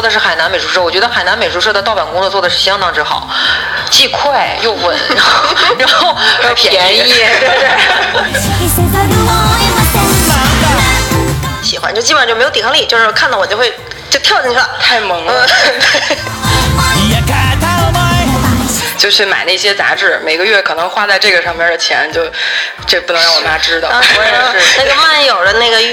说的是海南美术社，我觉得海南美术社的盗版工作做的是相当之好，既快又稳，然后又便宜，对。 喜欢就基本上就没有抵抗力，就是看到我就会就跳进去了， 太萌了。就是买那些杂志，每个月可能花在这个上面的钱，就这不能让我妈知道。 我也是那个漫友的那个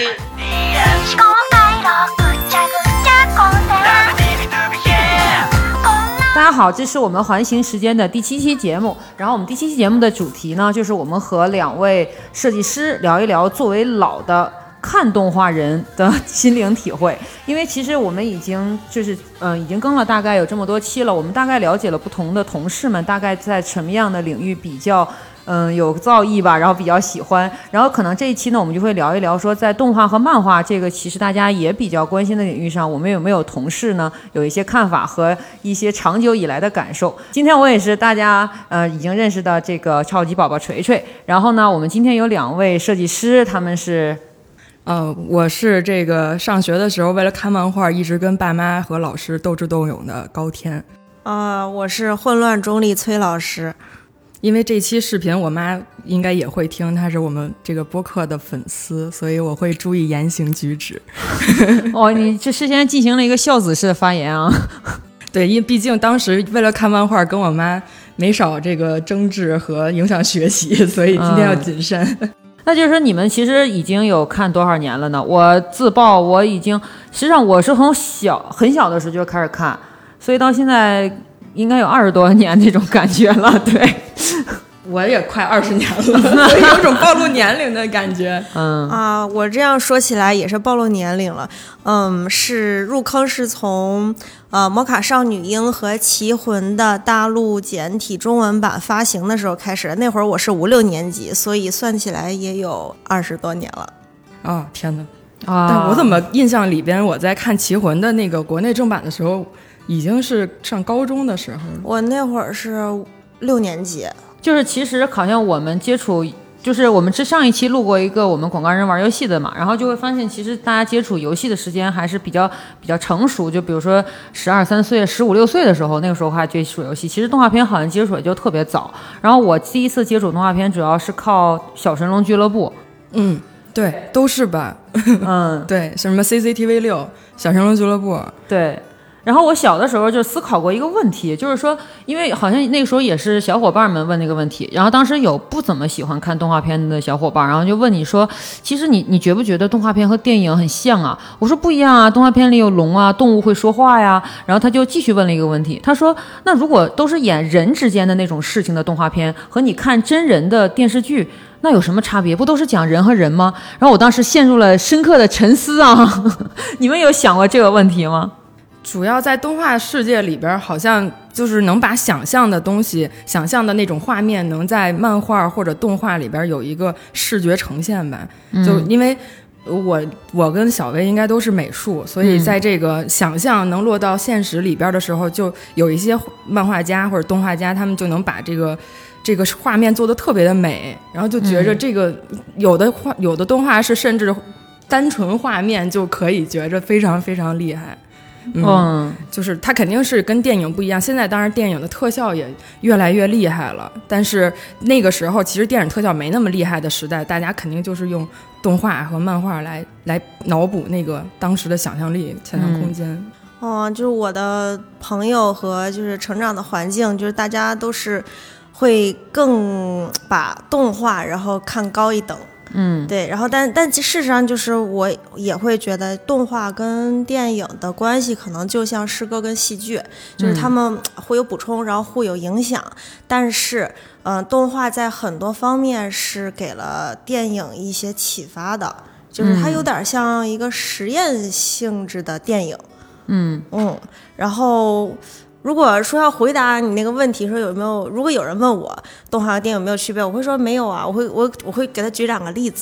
大家好，这是我们环形时间的第7期节目。然后我们第7期节目的主题呢，就是我们和2位设计师聊一聊作为老的看动画人的心灵体会。因为其实我们已经已经更了大概有这么多期了，我们大概了解了不同的同事们大概在什么样的领域比较有造诣吧，然后比较喜欢，然后可能这一期呢我们就会聊一聊说在动画和漫画这个其实大家也比较关心的领域上，我们有没有同事呢有一些看法和一些长久以来的感受。今天我也是大家已经认识的这个超级宝宝锤锤，然后呢我们今天有2位设计师，他们是我是这个上学的时候为了看漫画一直跟爸妈和老师斗智斗勇的高天。 我是混乱中立崔老师。 因为这期视频我妈应该也会听，她是我们这个播客的粉丝，所以我会注意言行举止。 你这事先进行了一个孝子式的发言啊。 对，因为毕竟当时为了看漫画跟我妈没少这个争执和影响学习，所以今天要谨慎。 那就是说你们其实已经有看多少年了呢？我自曝我已经，实际上我是从很小的时候就开始看，所以到现在应该有20多年这种感觉了。对， 我也快20年了，有种暴露年龄的感觉。 我这样说起来也是暴露年龄了。是入坑是从魔卡少女樱和棋魂的大陆简体中文版发行的时候开始的，那会儿我是5、6年级，所以算起来也有20多年了。 天哪！但我怎么印象里边我在看棋魂的那个国内正版的时候已经是上高中的时候。 我那会儿是6年级。 就是其实好像我们接触，就是我们上一期录过一个我们广告人玩游戏的嘛，然后就会发现其实大家接触游戏的时间还是比较成熟，就比如说12、13岁、15、16岁的时候，那个时候还接触游戏。其实动画片好像接触也就特别早。然后我第一次接触动画片主要是靠小神龙俱乐部。 对，都是吧。对，什么 CCTV6、小神龙俱乐部。 对。然后我小的时候就思考过一个问题，就是说，因为好像那个时候也是小伙伴们问那个问题，然后当时有不怎么喜欢看动画片的小伙伴，然后就问你说，其实你觉不觉得动画片和电影很像啊？我说不一样啊，动画片里有龙啊，动物会说话呀。然后他就继续问了一个问题，他说，那如果都是演人之间的那种事情的动画片，和你看真人的电视剧，那有什么差别？不都是讲人和人吗？然后我当时陷入了深刻的沉思啊。你们有想过这个问题吗？ 主要在动画世界里边，好像就是能把想象的东西、想象的那种画面，能在漫画或者动画里边有一个视觉呈现吧。就因为我跟小薇应该都是美术，所以在这个想象能落到现实里边的时候，就有一些漫画家或者动画家，他们就能把这个画面做得特别的美，然后就觉着这个有的动画是甚至单纯画面就可以觉着非常非常厉害。就是它肯定是跟电影不一样，现在当然电影的特效也越来越厉害了，但是那个时候其实电影特效没那么厉害的时代，大家肯定就是用动画和漫画来脑补那个当时的想象力、想象空间。 就是我的朋友和就是成长的环境，就是大家都是会更把动画然后看高一等。对，然后但事实上就是我也会觉得动画跟电影的关系可能就像诗歌跟戏剧，就是他们互有补充，然后互有影响。但是动画在很多方面是给了电影一些启发的，就是它有点像一个实验性质的电影。然后如果说要回答你那个问题，说有没有，如果有人问我动画和电影有没有区别，我会说没有啊，我会给他举2个例子，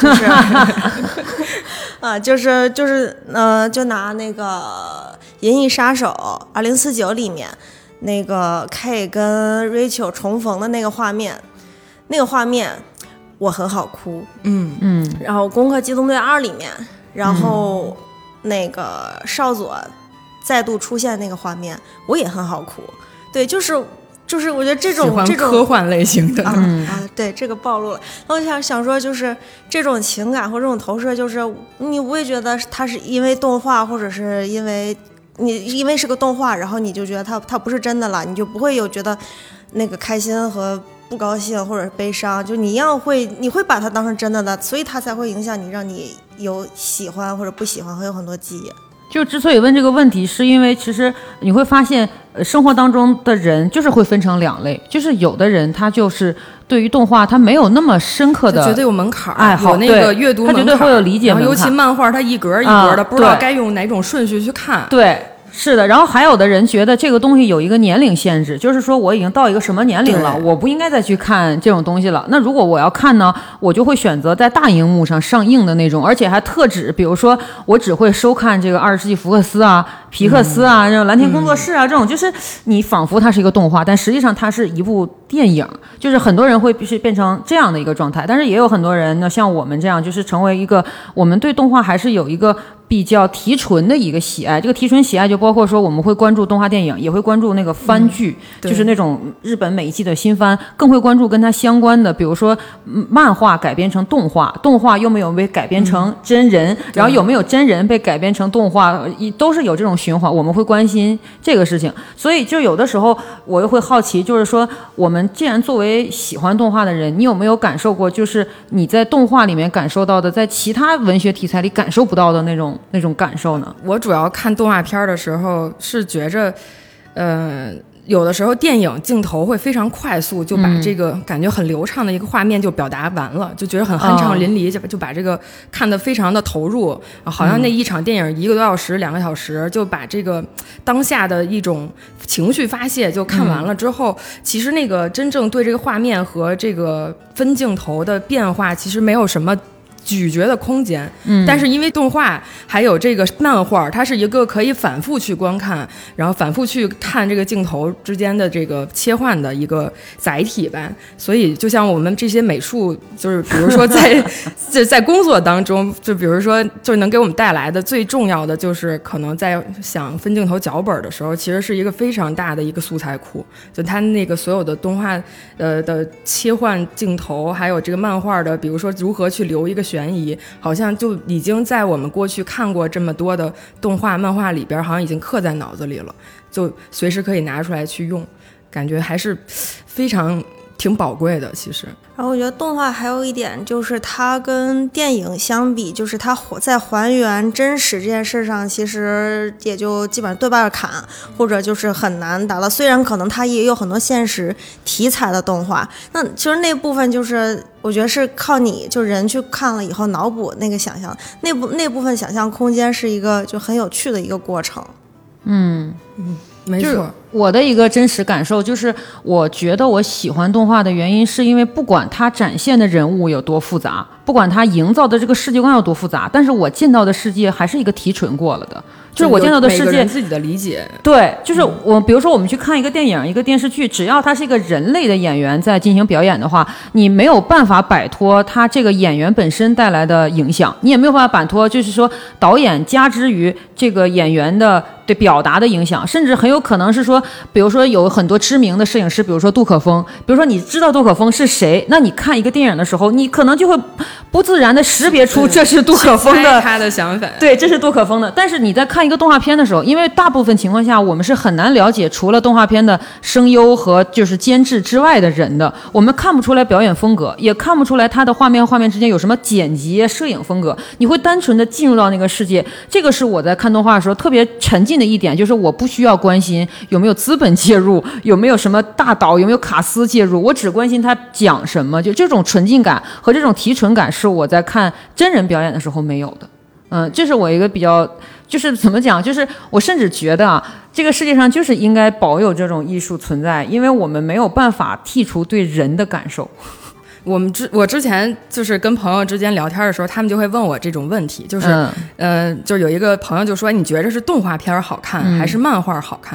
就是就拿那个《银翼杀手2049》里面那个 K 跟 Rachel 重逢的那个画面我很好哭。然后《攻壳机动队2》里面，然后那个少佐再度出现那个画面，我也很好哭。对，就是我觉得这种科幻类型的对，这个暴露了。我想说，就是这种情感或这种投射，就是你不会觉得它是因为动画，或者是因为是个动画，然后你就觉得它不是真的了，你就不会有觉得那个开心和不高兴或者是悲伤，就你会把它当成真的，所以它才会影响你，让你有喜欢或者不喜欢，会有很多记忆。 就之所以问这个问题，是因为其实你会发现，生活当中的人就是会分成两类，就是有的人他就是对于动画他没有那么深刻的， 绝对有门槛， 有那个阅读门槛， 他绝对会有理解门槛， 尤其漫画它一格一格的，不知道该用哪种顺序去看。 对。是的，然后还有的人觉得这个东西有一个年龄限制，就是说我已经到一个什么年龄了，我不应该再去看这种东西了。那如果我要看呢，我就会选择在大荧幕上上映的那种，而且还特指，比如说我只会收看这个20世纪福克斯啊、皮克斯啊、这种蓝天工作室啊这种，就是你仿佛它是一个动画，但实际上它是一部电影，就是很多人会必须变成这样的一个状态。但是也有很多人呢，像我们这样，就是成为一个我们对动画还是有一个比较提纯的一个喜爱。这个提纯喜爱就包括说我们会关注动画电影，也会关注那个番剧，就是那种日本每一季的新番，更会关注跟它相关的，比如说漫画改编成动画，动画又没有被改编成真人，然后有没有真人被改编成动画，都是有这种循环，我们会关心这个事情。所以就有的时候我又会好奇，就是说我们既然作为喜欢动画的人，你有没有感受过，就是你在动画里面感受到的，在其他文学题材里感受不到的那种感受呢？ 我主要看动画片的时候是觉着有的时候电影镜头会非常快速就把这个感觉很流畅的一个画面就表达完了，就觉得很酣畅淋漓，就把这个看得非常的投入，好像那一场电影1个多小时2个小时就把这个当下的一种情绪发泄就看完了之后，其实那个真正对这个画面和这个分镜头的变化其实没有什么咀嚼的空间，但是因为动画还有这个漫画，它是一个可以反复去观看，然后反复去看这个镜头之间的这个切换的一个载体吧。所以就像我们这些美术，就是比如说在工作当中，就比如说就能给我们带来的最重要的就是可能在想分镜头脚本的时候，其实是一个非常大的一个素材库，就它那个所有的动画的切换镜头，还有这个漫画的，比如说如何去留一个悬疑，好像就已经在我们过去看过这么多的动画漫画里边，好像已经刻在脑子里了，就随时可以拿出来去用，感觉还是非常挺宝贵的。其实然后我觉得动画还有一点就是它跟电影相比，就是它在还原真实这件事上其实也就基本上对半砍，或者就是很难达到，虽然可能它也有很多现实题材的动画，那其实那部分就是我觉得是靠你就人去看了以后脑补那个想象，那部分想象空间是一个就很有趣的一个过程。 没错， 我的一个真实感受就是，我觉得我喜欢动画的原因，是因为不管它展现的人物有多复杂，不管它营造的这个世界观有多复杂，但是我见到的世界还是一个提纯过了的。就是我见到的世界， 每个人自己的理解。 对，就是我，比如说我们去看一个电影、一个电视剧，只要他是一个人类的演员在进行表演的话，你没有办法摆脱他这个演员本身带来的影响，你也没有办法摆脱，就是说导演加之于这个演员的对表达的影响，甚至很有可能是说，比如说有很多知名的摄影师，比如说杜可风，比如说你知道杜可风是谁，那你看一个电影的时候，你可能就会不自然的识别出这是杜可风的他的想法， 对，这是杜可风的。但是你在看一个动画片的时候，因为大部分情况下我们是很难了解除了动画片的声优和就是监制之外的人的，我们看不出来表演风格，也看不出来他的画面和画面之间有什么剪辑摄影风格，你会单纯的进入到那个世界。这个是我在看动画的时候特别沉浸的一点，就是我不需要关心有没有资本介入，有没有什么大导，有没有卡司介入，我只关心他讲什么，就这种纯净感和这种提纯感是我在看真人表演的时候没有的。这是我一个比较，就是怎么讲，就是我甚至觉得啊，这个世界上就是应该保有这种艺术存在，因为我们没有办法剔除对人的感受。 我之前就是跟朋友之间聊天的时候，他们就会问我这种问题，就是就有一个朋友就说，你觉得是动画片好看还是漫画好看？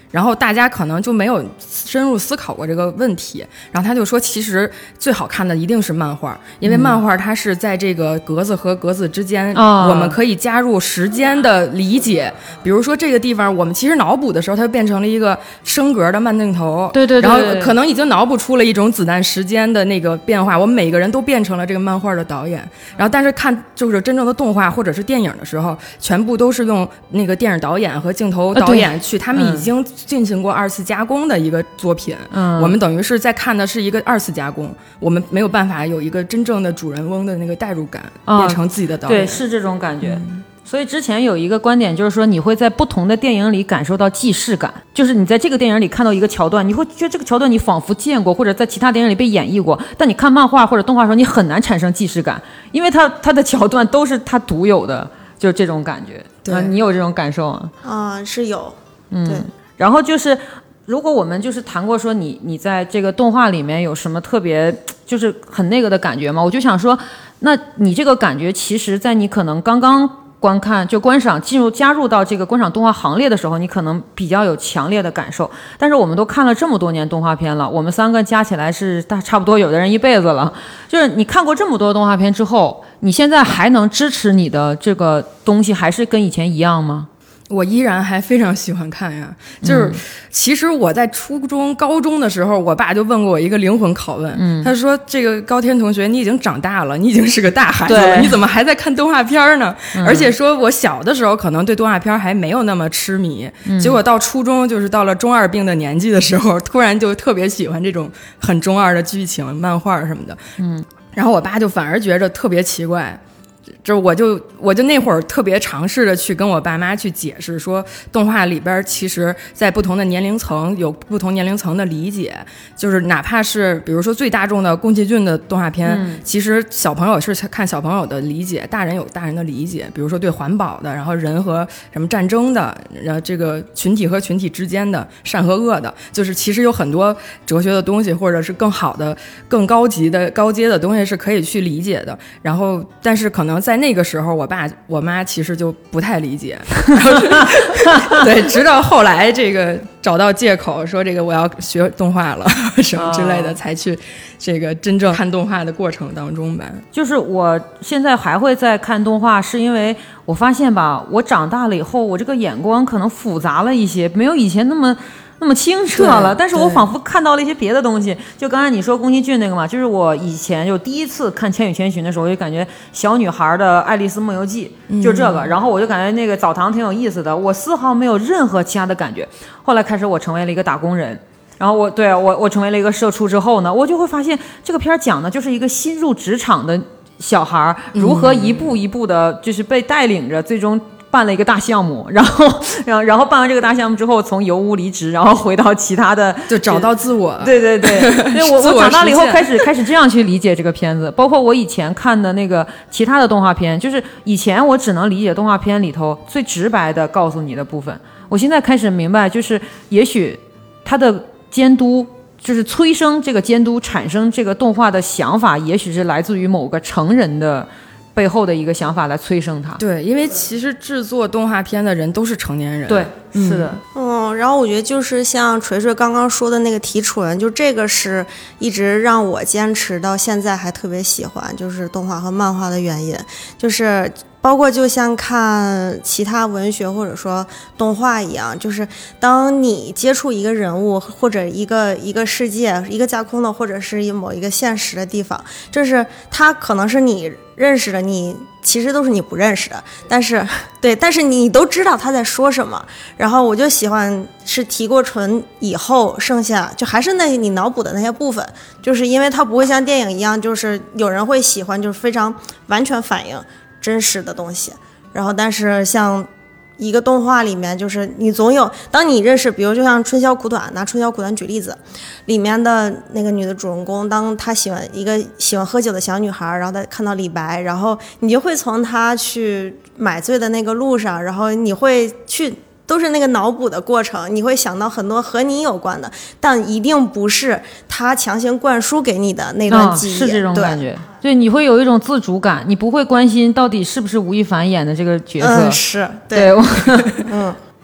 然后大家可能就没有深入思考过这个问题，然后他就说，其实最好看的一定是漫画，因为漫画它是在这个格子和格子之间，我们可以加入时间的理解。比如说这个地方，我们其实脑补的时候，它变成了一个升格的慢镜头， 对， 然后可能已经脑补出了一种子弹时间的那个变化，我们每个人都变成了这个漫画的导演。然后但是看就是真正的动画或者是电影的时候，全部都是用那个电影导演和镜头导演去，他们已经进行过2次加工的一个作品，我们等于是在看的是一个2次加工，我们没有办法有一个真正的主人翁的那个代入感，变成自己的导演。 对，是这种感觉。所以之前有一个观点就是说，你会在不同的电影里感受到既视感，就是你在这个电影里看到一个桥段，你会觉得这个桥段你仿佛见过，或者在其他电影里被演绎过，但你看漫画或者动画的时候，你很难产生既视感，因为它的桥段都是它独有的，就这种感觉。 对， 你有这种感受吗？是有，对。 然后就是，如果我们就是谈过说你在这个动画里面有什么特别就是很那个的感觉吗？我就想说，那你这个感觉其实在你可能刚刚观赏加入到这个观赏动画行列的时候，你可能比较有强烈的感受。但是我们都看了这么多年动画片了，我们3个加起来是差不多有的人一辈子了。就是你看过这么多动画片之后，你现在还能支持你的这个东西还是跟以前一样吗？ 我依然还非常喜欢看呀，就是其实我在初中、高中的时候，我爸就问过我一个灵魂拷问，他说：“这个高天同学，你已经长大了，你已经是个大孩子了，你怎么还在看动画片呢？”而且说我小的时候可能对动画片还没有那么痴迷，结果到初中，就是到了中二病的年纪的时候，突然就特别喜欢这种很中二的剧情、漫画什么的。然后我爸就反而觉着特别奇怪。就我就那会儿特别尝试着去跟我爸妈去解释说，动画里边其实在不同的年龄层有不同年龄层的理解，就是哪怕是比如说最大众的宫崎骏的动画片，其实小朋友是看小朋友的理解，大人有大人的理解，比如说对环保的，然后人和什么战争的，然后这个群体和群体之间的善和恶的，就是其实有很多哲学的东西，或者是更好的更高级的高阶的东西是可以去理解的。然后但是可能在那个时候我爸我妈其实就不太理解对，直到后来这个找到借口说这个我要学动画了什么之类的，才去这个真正看动画的过程当中吧。 就是我现在还会在看动画，是因为我发现吧，我长大了以后，我这个眼光可能复杂了一些，没有以前那么清澈了，但是我仿佛看到了一些别的东西。就刚才你说宫崎骏那个嘛，就是我以前就第一次看《千与千寻》的时候，我就感觉小女孩的《爱丽丝梦游记》就这个，然后我就感觉那个澡堂挺有意思的，我丝毫没有任何其他的感觉。后来开始我成为了一个打工人，然后我成为了一个社畜之后呢，我就会发现这个片讲的就是一个新入职场的小孩如何一步一步的，就是被带领着，最终办了一个大项目，然后办完这个大项目之后，从油污离职，然后回到其他的， 就找到自我了。 对，我长大了以后开始这样去理解这个片子，包括我以前看的那个其他的动画片，就是以前我只能理解动画片里头最直白的告诉你的部分，我现在开始明白，就是也许他的监督。就是催生这个监督产生这个动画的想法，也许是来自于某个成人的背后的一个想法来催生它。 对，因为其实制作动画片的人都是成年人。 对，是的。 然后我觉得就是像锤锤刚刚说的那个提纯，就这个是一直让我坚持到现在还特别喜欢，就是动画和漫画的原因，就是包括就像看其他文学或者说动画一样，就是当你接触一个人物或者一个世界，一个架空的或者是某一个现实的地方，就是它可能是你认识的，你其实都是你不认识的，但是你都知道他在说什么。然后我就喜欢是提过纯以后剩下就还是那你脑补的那些部分，就是因为它不会像电影一样，就是有人会喜欢就是非常完全反映真实的东西，然后但是像一个动画里面，就是你总有当你认识，比如就像春宵苦短，拿春宵苦短举例子，里面的那个女的主人公，当她喜欢喝酒的小女孩，然后她看到李白，然后你就会从她去买醉的那个路上，然后你会去都是那个脑补的过程，你会想到很多和你有关的，但一定不是他强行灌输给你的那段记忆， 是这种感觉。对，你会有一种自主感，你不会关心到底是不是吴亦凡演的这个角色。 是， 对，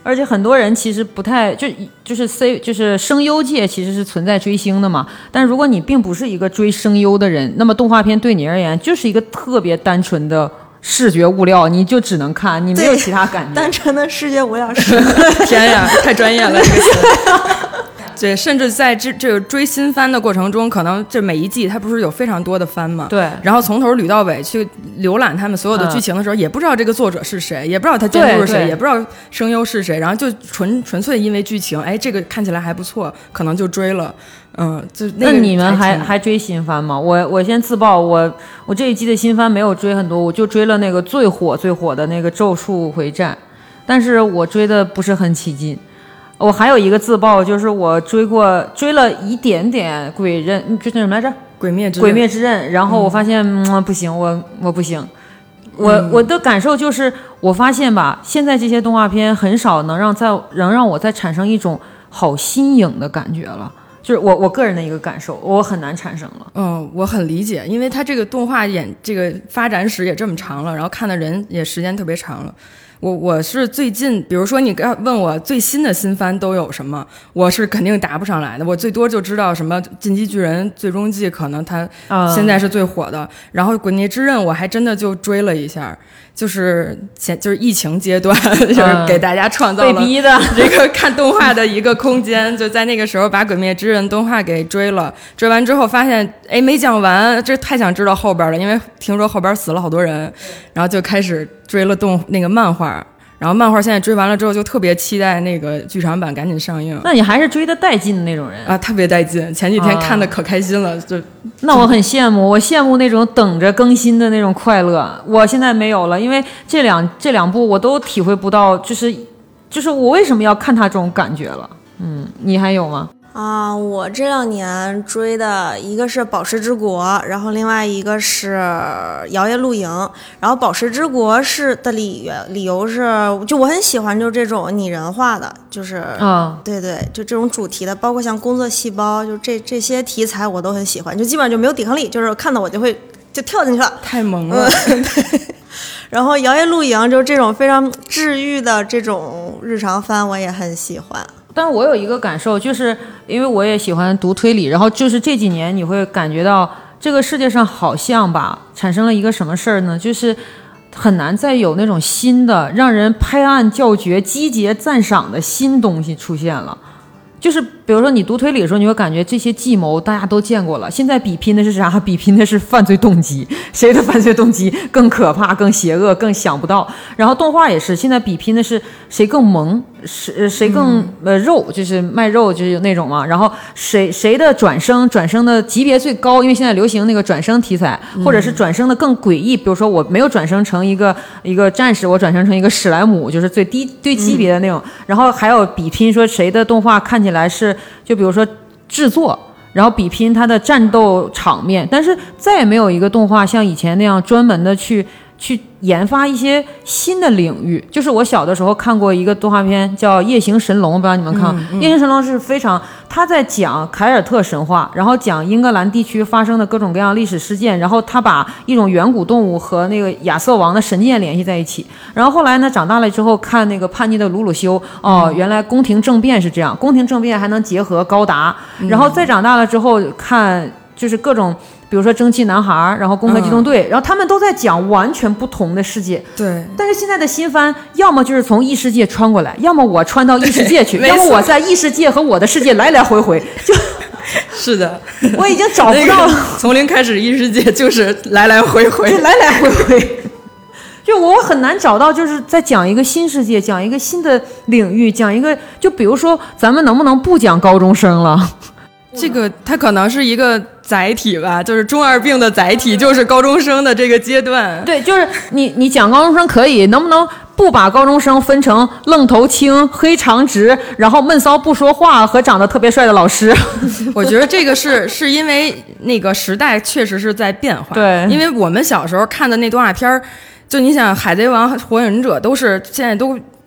而且很多人其实不太就是声优界其实是存在追星的嘛，但如果你并不是一个追声优的人，那么动画片对你而言就是一个特别单纯的视觉物料，你就只能看，你没有其他感觉。 单纯的视觉物料是天呀，太专业了这个词。对，甚至在这个追新番的过程中，可能这每一季它不是有非常多的番嘛？ 对。 然后从头捋到尾去浏览他们所有的剧情的时候，也不知道这个作者是谁，也不知道他监督是谁，也不知道声优是谁，然后就纯粹因为剧情，哎，这个看起来还不错，可能就追了。就那你们还追新番吗？我先自曝，我这一季的新番没有追很多，我就追了那个最火的那个《咒术回战》，但是我追的不是很起劲。我还有一个自曝，就是我追了一点点鬼刃，就那什么来着？鬼灭之刃。然后我发现，不行，我不行。我的感受就是，我发现吧，现在这些动画片很少能让我再产生一种好新颖的感觉了。就是我个人的一个感受，我很难产生了。 我很理解，因为它这个动画这个发展史也这么长了，然后看的人也时间特别长了。我是最近，比如说你要问我最新的新番都有什么，我是肯定答不上来的。我最多就知道什么《进击巨人》最终季，可能它现在是最火的。然后《鬼灭之刃》我还真的就追了一下，就是疫情阶段，就是给大家创造了被逼的这个看动画的一个空间。就在那个时候把《鬼灭之刃》动画给追了，追完之后发现没讲完，这太想知道后边了，因为听说后边死了好多人，然后就开始追了那个漫画。然后漫画现在追完了之后，就特别期待那个剧场版赶紧上映。 那你还是追的带劲的那种人啊，特别带劲。前几天看的可开心了， 那我很羡慕，我羡慕那种等着更新的那种快乐。我现在没有了，因为这两部我都体会不到，就是我为什么要看它这种感觉了。你还有吗？ 我这2年追的一个是《宝石之国》，然后另外一个是《摇曳露营》。然后《宝石之国》的理由是，就我很喜欢就这种拟人化的，就是对，就这种主题的，包括像工作细胞，就这些题材我都很喜欢，就基本上就没有抵抗力，就是看到我就跳进去了， 太萌了。 对。然后《摇曳露营》就这种非常治愈的这种日常番，我也很喜欢。 但是我有一个感受，就是因为我也喜欢读推理，然后就是这几年你会感觉到这个世界上好像吧产生了一个什么事儿呢？就是很难再有那种新的让人拍案叫绝、击节赞赏的新东西出现了。就是比如说你读推理的时候，你会感觉这些计谋大家都见过了，现在比拼的是啥？比拼的是犯罪动机，谁的犯罪动机更可怕、更邪恶、更想不到。然后动画也是，现在比拼的是谁更萌，谁更肉，就是卖肉就是那种嘛。然后谁的转生的级别最高，因为现在流行那个转生题材，或者是转生的更诡异。比如说我没有转生成一个战士，我转生成一个史莱姆，就是最低级别的那种。然后还有比拼说谁的动画看起来是，就比如说制作，然后比拼它的战斗场面，但是再也没有一个动画像以前那样专门的去研发一些新的领域。就是我小的时候看过一个动画片叫《夜行神龙》，不知道你们看夜行神龙是非常，他在讲凯尔特神话，然后讲英格兰地区发生的各种各样历史事件，然后他把一种远古动物和那个亚瑟王的神剑联系在一起。然后后来呢，长大了之后看那个叛逆的鲁鲁修，原来宫廷政变是这样，宫廷政变还能结合高达。然后再长大了之后看就是各种，比如说蒸汽男孩，然后攻壳机动队，然后他们都在讲完全不同的世界。 对。 但是现在的新番，要么就是从异世界穿过来，要么我穿到异世界去，要么我在异世界和我的世界来来回回， 是的， 我已经找不到了。 从零开始异世界就是来来回回， 来来回回。就我很难找到，就是在讲一个新世界，讲一个新的领域，讲一个，就比如说咱们能不能不讲高中生了？ 这个它可能是一个载体吧，就是中二病的载体，就是高中生的这个阶段。 对，就是你讲高中生可以，能不能不把高中生分成愣头青、黑长直，然后闷骚不说话和长得特别帅的老师？ 我觉得这个是因为那个时代确实是在变化。 对， 因为我们小时候看的那动画片，就你想《海贼王》《火影忍者》都是现在都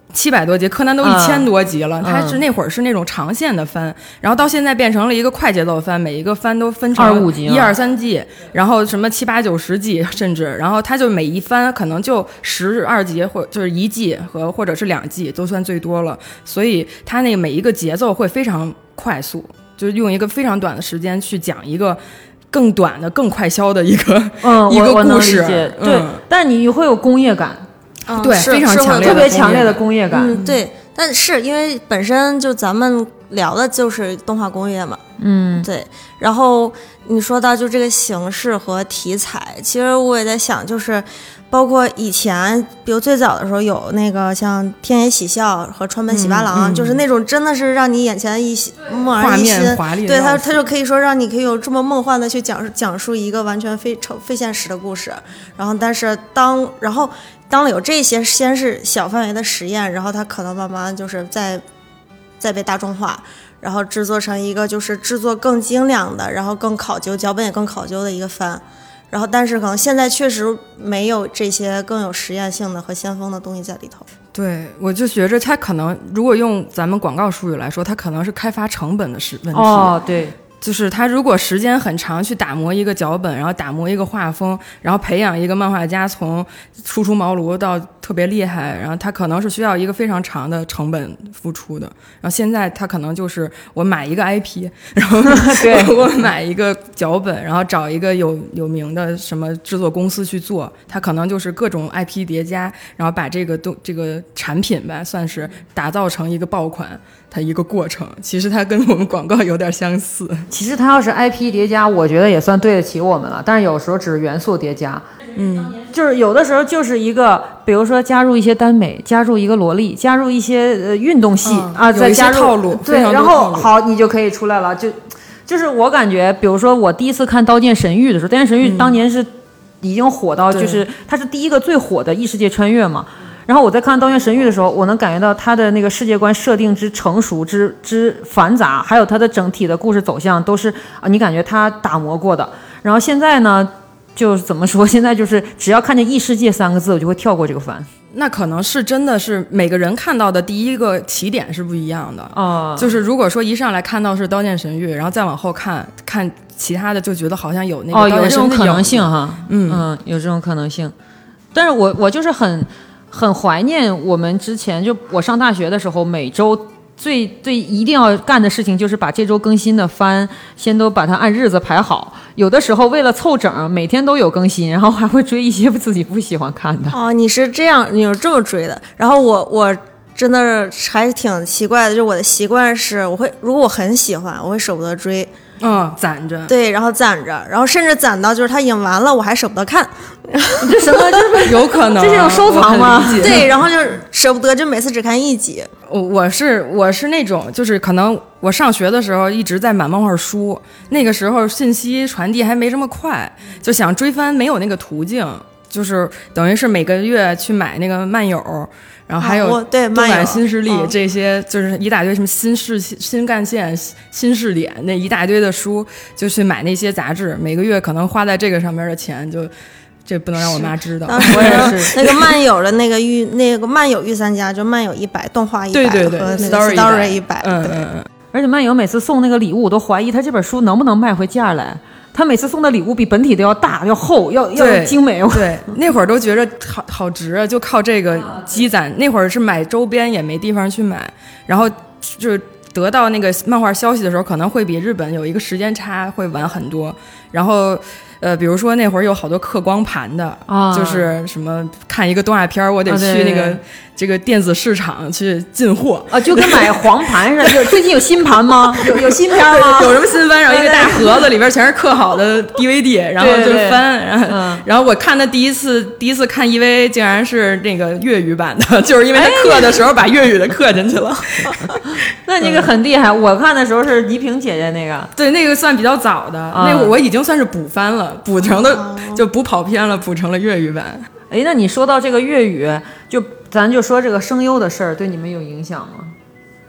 700多集，柯南都1000多集了，它是那会儿是那种长线的番，然后到现在变成了一个快节奏番，每一个番都分成 25集 1、2、3季，然后什么7、8、9、10季，甚至然后它就每一番可能就12集或就是1季或者是2季都算最多了，所以它那个每一个节奏会非常快速，就是用一个非常短的时间去讲一个更短的、更快消的一个一个故事， 对，但你会有工业感。 对，非常强烈， 特别强烈的工业感。 对，但是因为本身就咱们聊的就是动画工业嘛，对。然后你说到就这个形式和题材，其实我也在想，就是包括以前，比如最早的时候有那个像《天野喜孝》和《川本喜八郎》，就是那种真的是让你眼前蓦然一新，对他就可以说让你可以有这么梦幻的去讲述一个完全非现实的故事。然后，但是当了有这些先是小范围的实验，然后它可能慢慢就是再被大众化，然后制作成一个就是制作更精良的，然后更考究，脚本也更考究的一个番。然后但是可能现在确实没有这些更有实验性的和先锋的东西在里头。 对，我就觉着它可能如果用咱们广告术语来说，它可能是开发成本的问题。 对， 就是他如果时间很长去打磨一个脚本，然后打磨一个画风，然后培养一个漫画家从初出茅庐到特别厉害，然后他可能是需要一个非常长的成本付出的。然后现在他可能就是我买一个 IP， 然后我买一个脚本，然后找一个有名的什么制作公司去做，他可能就是各种 IP 叠加，然后把这个产品吧算是打造成一个爆款。它一个过程，其实它跟我们广告有点相似。 其实它要是 IP 叠加，我觉得也算对得起我们了。但是有时候只是元素叠加，就是有的时候就是一个，比如说加入一些耽美，加入一个萝莉，加入一些运动戏再加入套路， 对，然后好，你就可以出来了。就是我感觉，比如说我第一次看《刀剑神域》的时候，《刀剑神域》当年是已经火到，就是它是第一个最火的异世界穿越嘛。然后我在看《刀剑神域》的时候，我能感觉到它的那个世界观设定之成熟之繁杂，还有它的整体的故事走向都是你感觉它打磨过的。然后现在呢，就是怎么说？现在就是只要看见异世界3个字，我就会跳过这个番。 那可能是真的是每个人看到的第一个起点是不一样的就是如果说一上来看到是《刀剑神域》，然后再往后看其他的，就觉得好像有那个有这种可能性哈，有这种可能性。但是我就是很怀念我们之前就我上大学的时候，每周最一定要干的事情就是把这周更新的番先都把它按日子排好。有的时候为了凑整，每天都有更新，然后还会追一些自己不喜欢看的。 你是这样，你是这么追的。然后我真的还挺奇怪的，就我的习惯是，如果我很喜欢，我会舍不得追。 攒着， 对，然后攒着，然后甚至攒到就是它演完了，我还舍不得看。 这什么？就是有可能这是种收藏吗？ 对，然后就是舍不得，就每次只看1集。 我是那种，就是可能我上学的时候一直在买漫画书，那个时候信息传递还没这么快，就想追番没有那个途径，就是等于是每个月去买那个漫友。然后还有动感新势力这些，就是一大堆什么新干线、新视点那一大堆的书，就去买那些杂志，每个月可能花在这个上面的钱，就这不能让我妈知道。 我也是那个漫友的那个漫友御三家，就漫友100，动画100， 对和那个 story 100， 而且漫友每次送那个礼物，我都怀疑他这本书能不能卖回价来。他每次送的礼物比本体都要大、要厚、要精美。 对，那会儿都觉得好值啊，就靠这个积攒。那会儿是买周边也没地方去买，然后就是得到那个漫画消息的时候，可能会比日本有一个时间差，会晚很多。然后比如说那会儿有好多刻光盘的就是什么看一个动画片，我得去那个这个电子市场去进货就跟买黄盘似的。最近有新盘吗？有新片吗？ 有什么新番？然后一个大盒子里边全是刻好的 DVD， 然后就翻。然后我看的第一次看 EVA 竟然是那个粤语版的，就是因为他刻的时候把粤语的刻进去了。 那个很厉害。我看的时候是倪萍姐姐那个， 对，那个算比较早的，那个我已经算是补番了。补成的就补跑偏了，补成了粤语版。 那你说到这个粤语，咱就说这个声优的事儿，对你们有影响吗？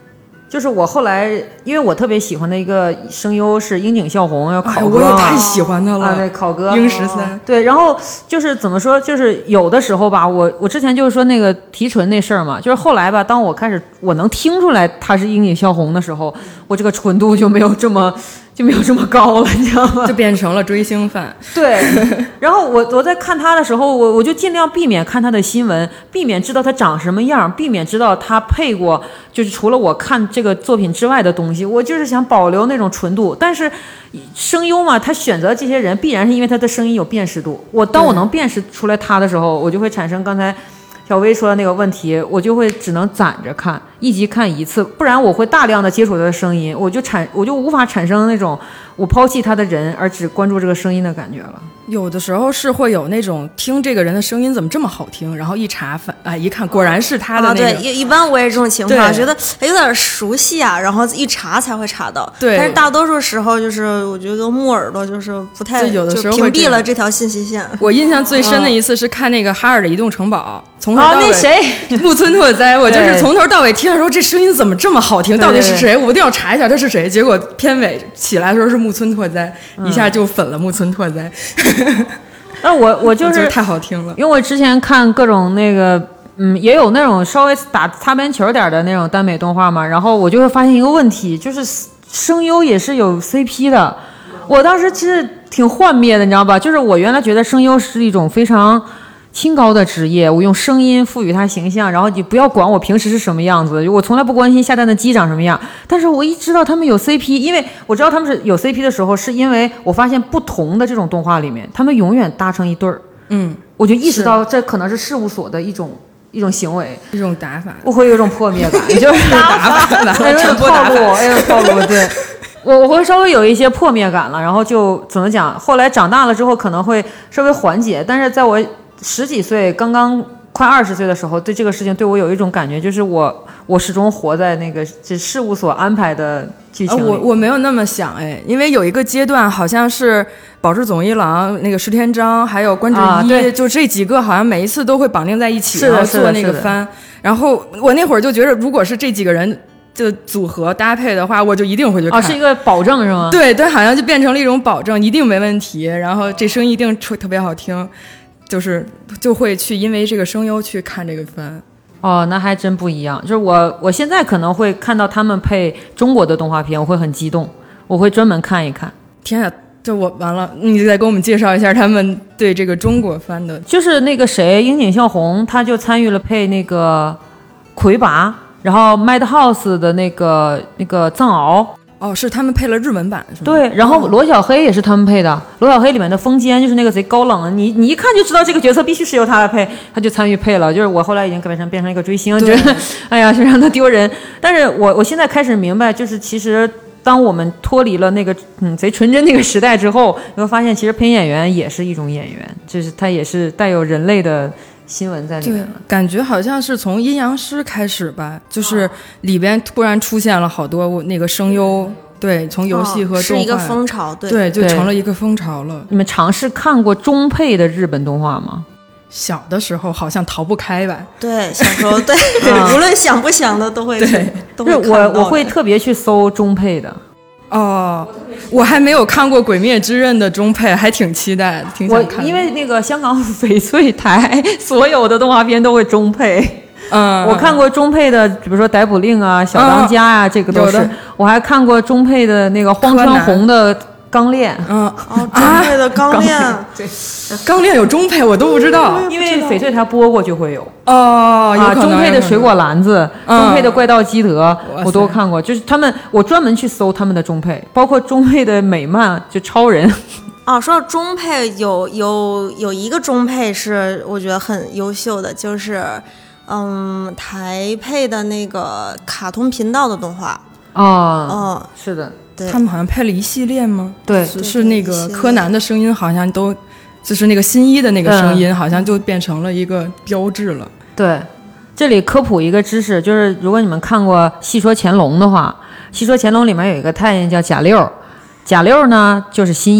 就是我后来，因为我特别喜欢的一个声优是樱井孝宏，要考我也太喜欢他了啊，对，考哥樱13， 对，然后就是怎么说，就是有的时候吧，我之前就是说那个提纯那事儿嘛，就是后来吧，当我开始我能听出来他是樱井孝宏的时候，我这个纯度就没有这么高了，你知道吗？ 就变成了追星范。 对，然后我在看他的时候，我就尽量避免看他的新闻，避免知道他长什么样，避免知道他配过，就是除了我看这个作品之外的东西，我就是想保留那种纯度。但是声优嘛，他选择这些人，必然是因为他的声音有辨识度。当我能辨识出来他的时候，我就会产生刚才小薇说的那个问题，我就会只能攒着看，一集看一次，不然我会大量的接触他的声音，我就无法产生那种我抛弃他的人而只关注这个声音的感觉了。 有的时候是会有那种听这个人的声音怎么这么好听，然后一查一看果然是他的那个。 对，一般我也是这种情况，觉得有点熟悉啊，然后一查才会查到。 对， 但是大多数时候就是我觉得木耳朵就是不太， 有的时候就屏蔽了这条信息线。 我印象最深的一次是看那个哈尔的移动城堡，从头到尾那谁木村拓哉，我就是从头到尾听的时候，这声音怎么这么好听？到底是谁？我一定要查一下他是谁。结果片尾起来的时候是木村拓哉，一下就粉了木村拓哉。 那我就是太好听了， 因为我之前看各种那个，也有那种稍微打擦边球点的那种耽美动画嘛，然后我就会发现一个问题，就是声优也是有 CP 的。我当时其实挺幻灭的，你知道吧？就是我原来觉得声优是一种非常清高的职业，我用声音赋予它形象，然后你不要管我平时是什么样子，我从来不关心下蛋的鸡长什么样。但是我一知道他们有 CP， 因为我知道他们是有 CP 的时候，是因为我发现不同的这种动画里面，他们永远搭成一对儿。我就意识到这可能是事务所的一种行为， 一种打法， 我会有一种破灭感，就是打法， 那种套路，对。我会稍微有一些破灭感了，然后就怎么讲？后来长大了之后可能会稍微缓解，但是在我10几岁，刚刚快20岁的时候，对这个事情对我有一种感觉，就是我始终活在那个这事务所安排的剧情里。 我没有那么想因为有一个阶段好像是保志总一郎、那个石田章还有关智一，就这几个好像每一次都会绑定在一起，然后做那个番。然后我那会儿就觉得，如果是这几个人就组合搭配的话，我就一定会去看。 是一个保证是吗？ 对，好像就变成了一种保证，一定没问题。然后这声音一定特别好听，就会去因为这个声优去看这个番。 那还真不一样。就是我现在可能会看到他们配中国的动画片，我会很激动，我会专门看一看。 天啊！就我完了，你再给我们介绍一下他们对这个中国番的。 就是那个谁，樱井孝宏，他就参与了配那个魁拔，然后 Madhouse 的那个藏獒。 是他们配了日文版是吗？ 对，然后罗小黑也是他们配的。罗小黑里面的风间就是那个贼高冷，你一看就知道这个角色必须是由他来配，他就参与配了。就是我后来已经变成一个追星，觉得哎呀，是让他丢人。但是我现在开始明白，就是其实当我们脱离了那个贼纯真那个时代之后，你会发现其实配音演员也是一种演员，就是他也是带有人类的新闻在里面了。 感觉好像是从阴阳师开始吧，就是里边突然出现了好多那个声优，对，从游戏和动画是一个风潮， 对，就成了一个风潮了。 你们尝试看过中配的日本动画吗？ 小的时候好像逃不开吧。 对，小时候对，无论想不想的都会都会看到。 我会特别去搜中配的。 我还没有看过《鬼灭之刃》的中配，还挺期待，挺想看的。 因为那个香港翡翠台所有的动画片都会中配。我看过中配的，比如说《逮捕令》啊，《小当家》啊，这个都是。我还看过中配的那个荒川弘的《钢炼》。 中配的《钢炼》 对，《钢炼》有中配，我都不知道， 因为翡翠台播过就会有。 中配的水果篮子，中配的怪盗基德，我都看过。就是他们，我专门去搜他们的中配，包括中配的美漫，就超人。 说到中配，有一个中配是我觉得很优秀的，就是台配的那个卡通频道的动画。 是的， 对， 他们好像配了一系列吗？ 对， 是那个柯南的声音，好像都就是那个新一的那个声音，好像就变成了一个标志了。 对，这里科普一个知识，就是如果你们看过《戏说乾隆》的话，《戏说乾隆》里面有一个太监叫贾六，贾六呢就是新一。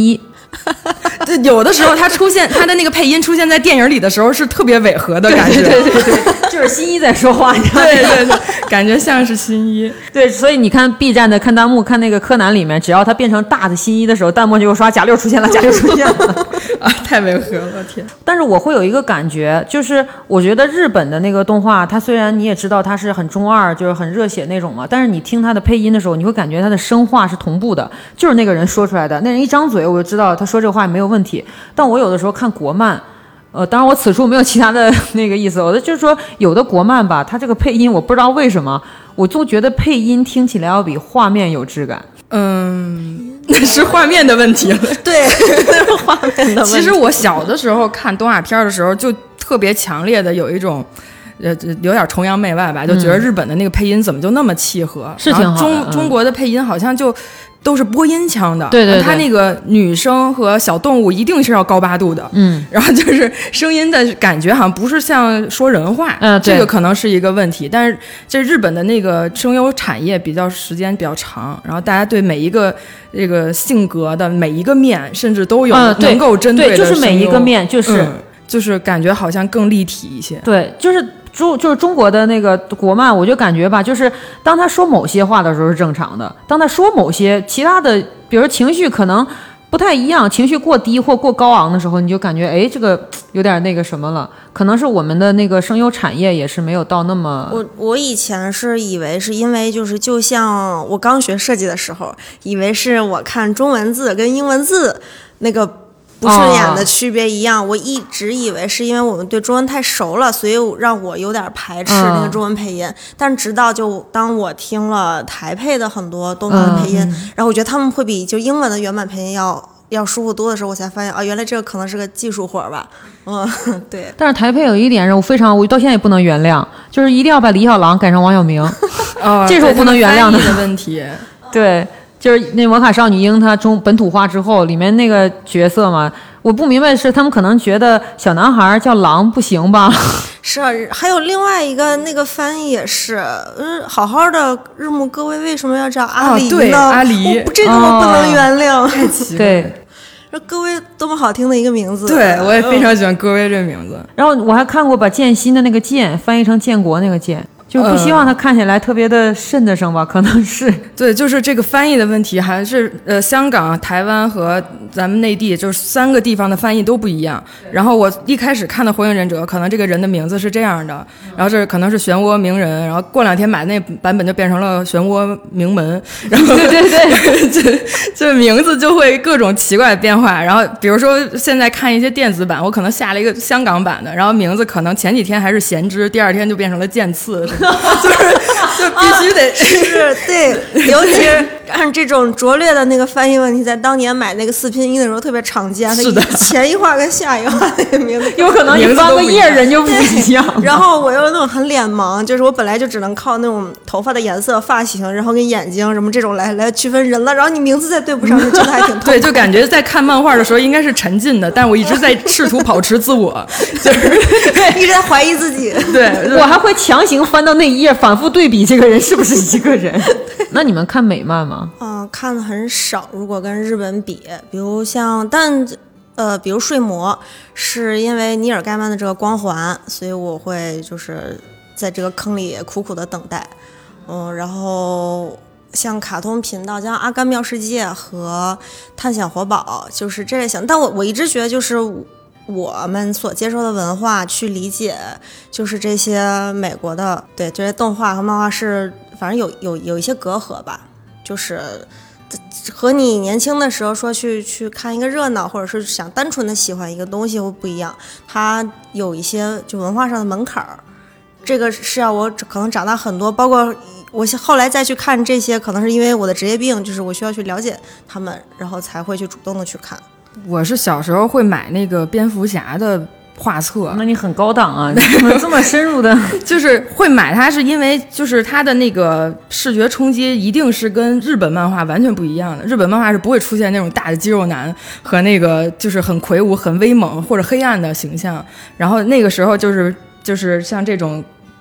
对，有的时候他的那个配音出现在电影里的时候是特别违和的感觉， 对，就是新一在说话，你知道吗？ 对，感觉像是新一。 对，所以你看 B 站的看弹幕，看那个柯南里面，只要他变成大的新一的时候，弹幕就刷贾六出现了，贾六出现了啊，太违和了，天！ 但是我会有一个感觉，就是我觉得日本的那个动画，它虽然你也知道它是很中二，就是很热血那种嘛，但是你听它的配音的时候，你会感觉它的声画是同步的，就是那个人说出来的，那人一张嘴我就知道他说这话也没有问题。但我有的时候看国漫，当然我此处没有其他的那个意思，我的就是说有的国漫吧，它这个配音我不知道为什么，我就觉得配音听起来要比画面有质感。 那是画面的问题了。 对，那是画面的问题。 其实我小的时候看动画片的时候，就特别强烈的有一种。有点崇洋媚外吧，就觉得日本的那个配音怎么就那么契合， 是挺好的。 中国的配音好像就都是播音腔的， 对， 他那个女生和小动物一定是要高八度的，然后就是声音的感觉好像不是像说人话，这个可能是一个问题。但是这日本的那个声优产业时间比较长，然后大家对每一个这个性格的每一个面，甚至都有能够针对的声优， 对，就是每一个面就是感觉好像更立体一些。 对，就是中国的那个国漫，我就感觉吧，就是当他说某些话的时候是正常的，当他说某些其他的，比如情绪可能不太一样，情绪过低或过高昂的时候，你就感觉这个有点那个什么了，可能是我们的那个声优产业也是没有到那么。 我以前是以为是因为就像我刚学设计的时候，以为是我看中文字跟英文字那个不顺眼的区别一样，我一直以为是因为我们对中文太熟了，所以让我有点排斥那个中文配音。但直到当我听了台配的很多动画的配音，然后我觉得他们会比就英文的原版配音要舒服多的时候，我才发现原来这个可能是个技术活吧。对。 但是台配有一点我到现在也不能原谅，就是一定要把李小狼改成王小明，这是我不能原谅的问题。 对。就是那《魔卡少女樱》它本土化之后，里面那个角色嘛，我不明白是他们可能觉得小男孩叫狼不行吧？ 是啊，还有另外一个那个翻译也是，好好的日暮各位为什么要叫阿离呢？ 对，阿离， 这个我不能原谅。 太奇怪。 对。 这各位多么好听的一个名字！ 对，我也非常喜欢各位这名字。 然后我还看过把建新的那个建翻译成建国那个建。就不希望它看起来特别的瘆得慌吧，可能是对，就是这个翻译的问题，还是香港、台湾和咱们内地就是3个地方的翻译都不一样。然后我一开始看的《火影忍者》，可能这个人的名字是这样的，然后这可能是漩涡鸣人，然后过2天买那版本就变成了漩涡鸣门，然后对，这名字就会各种奇怪的变化。然后比如说现在看一些电子版，我可能下了一个香港版的，然后名字可能前几天还是弦之，第2天就变成了剑刺。就必须得是对，尤其是按这种拙劣的那个翻译问题，在当年买那个4拼1的时候特别常见。 是的， 前一画跟下一画那个名字有可能你翻个页人就不一样。 然后我又那种很脸盲，就是我本来就只能靠那种头发的颜色、发型，然后跟眼睛什么这种来区分人了。然后你名字再对不上，就觉得还挺痛苦。 对，就感觉在看漫画的时候应该是沉浸的，但我一直在试图保持自我，就是一直在怀疑自己。 对， 我还会强行翻到那一页，反复对比这个人是不是一个人。那你们看美漫吗？ 看的很少。如果跟日本比如像比如睡魔，是因为尼尔盖曼的这个光环，所以我会就是在这个坑里苦苦的等待。然后像卡通频道，像阿甘妙世界和探险活宝，就是这类型。但我一直觉得就是我们所接受的文化去理解，就是这些美国的这些动画和漫画是反正有一些隔阂吧，就是和你年轻的时候说去看一个热闹，或者是想单纯的喜欢一个东西会不一样，它有一些就文化上的门槛儿。这个是要我可能长大很多，包括我后来再去看这些，可能是因为我的职业病，就是我需要去了解他们，然后才会去主动的去看。 我是小时候会买那个蝙蝠侠的画册。 那你很高档啊，你怎么这么深入的？ 就是会买它，是因为就是它的那个视觉冲击一定是跟日本漫画完全不一样的。日本漫画是不会出现那种大的肌肉男和那个就是很魁梧、很威猛或者黑暗的形象。然后那个时候就是像这种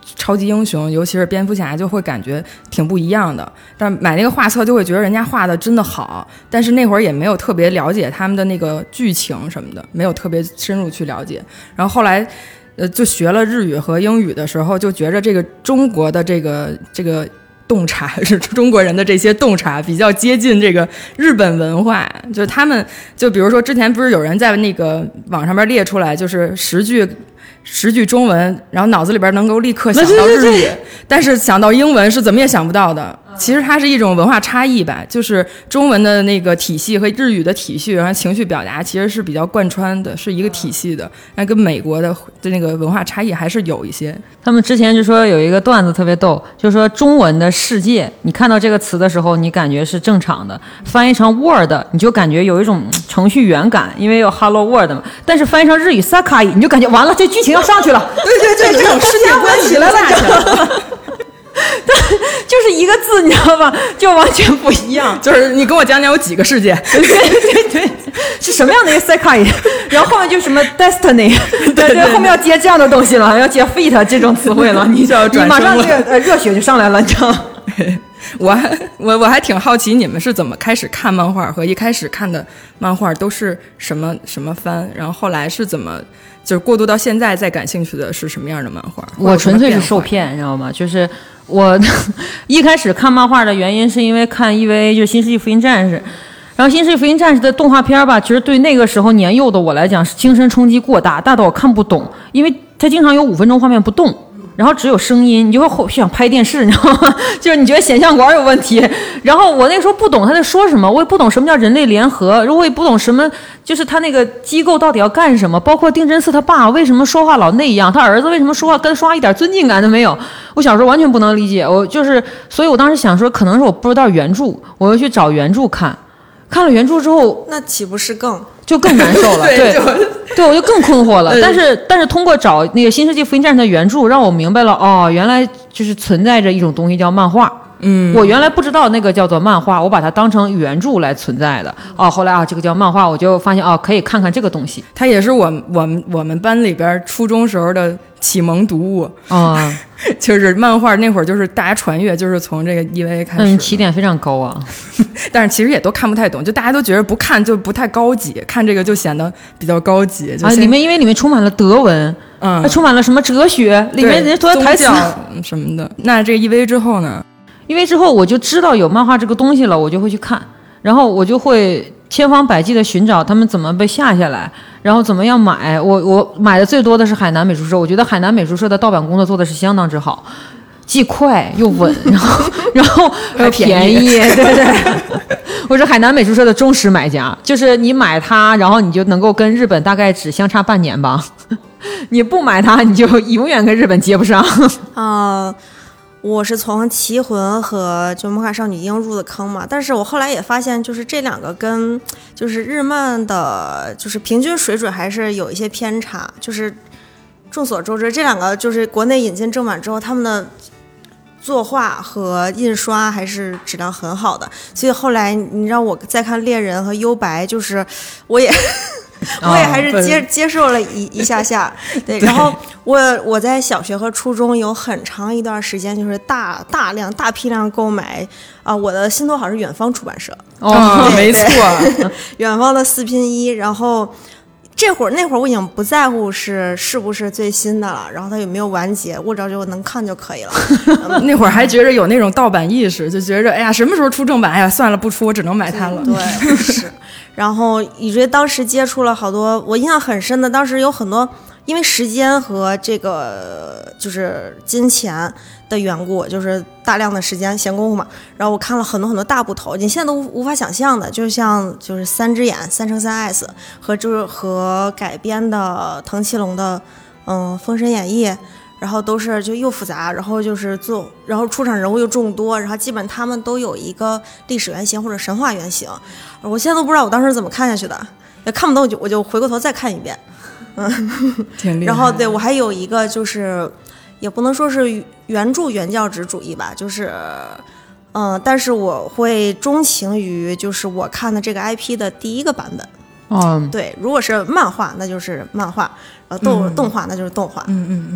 超级英雄，尤其是蝙蝠侠，就会感觉挺不一样的。但买那个画册就会觉得人家画的真的好，但是那会儿也没有特别了解他们的那个剧情什么的，没有特别深入去了解。然后后来就学了日语和英语的时候，就觉着这个中国的这个洞察是中国人的这些洞察比较接近这个日本文化，就是他们就比如说之前不是有人在那个网上面列出来，就是10句中文，然后脑子里边能够立刻想到日语，但是想到英文是怎么也想不到的。其实它是一种文化差异吧，就是中文的那个体系和日语的体系，然后情绪表达其实是比较贯穿的，是一个体系的。那跟美国的那个文化差异还是有一些。 他们之前就说有一个段子特别逗，就是说中文的世界，你看到这个词的时候，你感觉是正常的；翻译成 Word， 你就感觉有一种程序员感，因为有 Hello World 嘛。但是翻译成日语 Sakai， 你就感觉完了，这剧情要上去了。 对，这种世界观起来了。 就是一个字，你知道吧？就完全不一样。 就是你跟我讲讲有几个世界？ 对，是什么样的一个 Sekai？ 然后后面就什么 Destiny， 对，后面要接这样的东西了，要接 Fate 这种词汇了，你马上这个热血就上来了，你知道吗？ 我还挺好奇你们是怎么开始看漫画，和一开始看的漫画都是什么番，然后后来是怎么就是过渡到现在再感兴趣的是什么样的漫画？ 我纯粹是受骗，你知道吗？就是我一开始看漫画的原因是因为看 EVA， 就是新世纪福音战士。然后新世纪福音战士的动画片吧，其实对那个时候年幼的我来讲是精神冲击过大，大到我看不懂，因为它经常有5分钟画面不动，然后只有声音，你就会想拍电视，你知道吗？就是你觉得显像管有问题。然后我那个时候不懂他在说什么，我也不懂什么叫人类联合，我也不懂什么就是他那个机构到底要干什么，包括定真寺他爸为什么说话老那样，他儿子为什么说话跟说话一点尊敬感都没有，我小时候完全不能理解。所以我当时想说可能是我不知道原著，我又去找原著看了原著之后， 那岂不是更难受了？对，我就更困惑了。但是通过找那个《新世纪福音战士》的原著，让我明白了哦，原来就是存在着一种东西叫漫画。我原来不知道那个叫做漫画，我把它当成原著来存在的。后来这个叫漫画，我就发现可以看看这个东西。 它也是我们班里边初中时候的启蒙读物就是漫画那会儿，就是大家传阅，就是从这个 EVA 开始。 起点非常高啊， 但是其实也都看不太懂，就大家都觉得不看就不太高级，看这个就显得比较高级。 因为里面充满了德文，充满了什么哲学，里面人家都有台词什么的。那这个 EVA 之后呢 ？EVA 之后我就知道有漫画这个东西了，我就会去看，然后我就会千方百计的寻找他们怎么被下下来，然后怎么样买。我买的最多的是海南美术社，我觉得海南美术社的盗版工作做的是相当之好，既快又稳，然后还便宜，对。我是海南美术社的忠实买家，就是你买它，然后你就能够跟日本大概只相差半年吧，你不买它，你就永远跟日本接不上。 我是从棋魂和就魔卡少女樱入的坑嘛，但是我后来也发现，就是这两个跟就是日漫的，就是平均水准还是有一些偏差。就是众所周知，这两个就是国内引进正版之后，他们的作画和印刷还是质量很好的，所以后来你让我再看猎人和幽白，就是我也还是接受了一下，对。然后我在小学和初中有很长一段时间就是大批量购买我的信托好是远方出版社没错， 远方的4拼1，然后。那会儿我已经不在乎是不是最新的了，然后它有没有完结，我只要就能看就可以了。 那会儿还觉着有那种盗版意识，就觉着哎呀什么时候出正版，哎呀算了不出，我只能买它了。 对，是。然后以至于当时接触了好多，我印象很深的，当时有很多因为时间和这个就是金钱的缘故，就是大量的时间闲工夫嘛，然后我看了很多大部头，你现在都无法想象的，就像就是3只眼3×3S 和改编的藤崎龙的封神演义，然后都是就又复杂，然后然后出场人物又众多，然后基本他们都有一个历史原型或者神话原型，我现在都不知道我当时怎么看下去的，也看不懂我就回过头再看一遍。 挺厉害。 然后对我还有一个就是也不能说是原著原教旨主义吧，就是但是我会钟情于就是我看的这个 IP 的第一个版本。对，如果是漫画那就是漫画，动画那就是动画。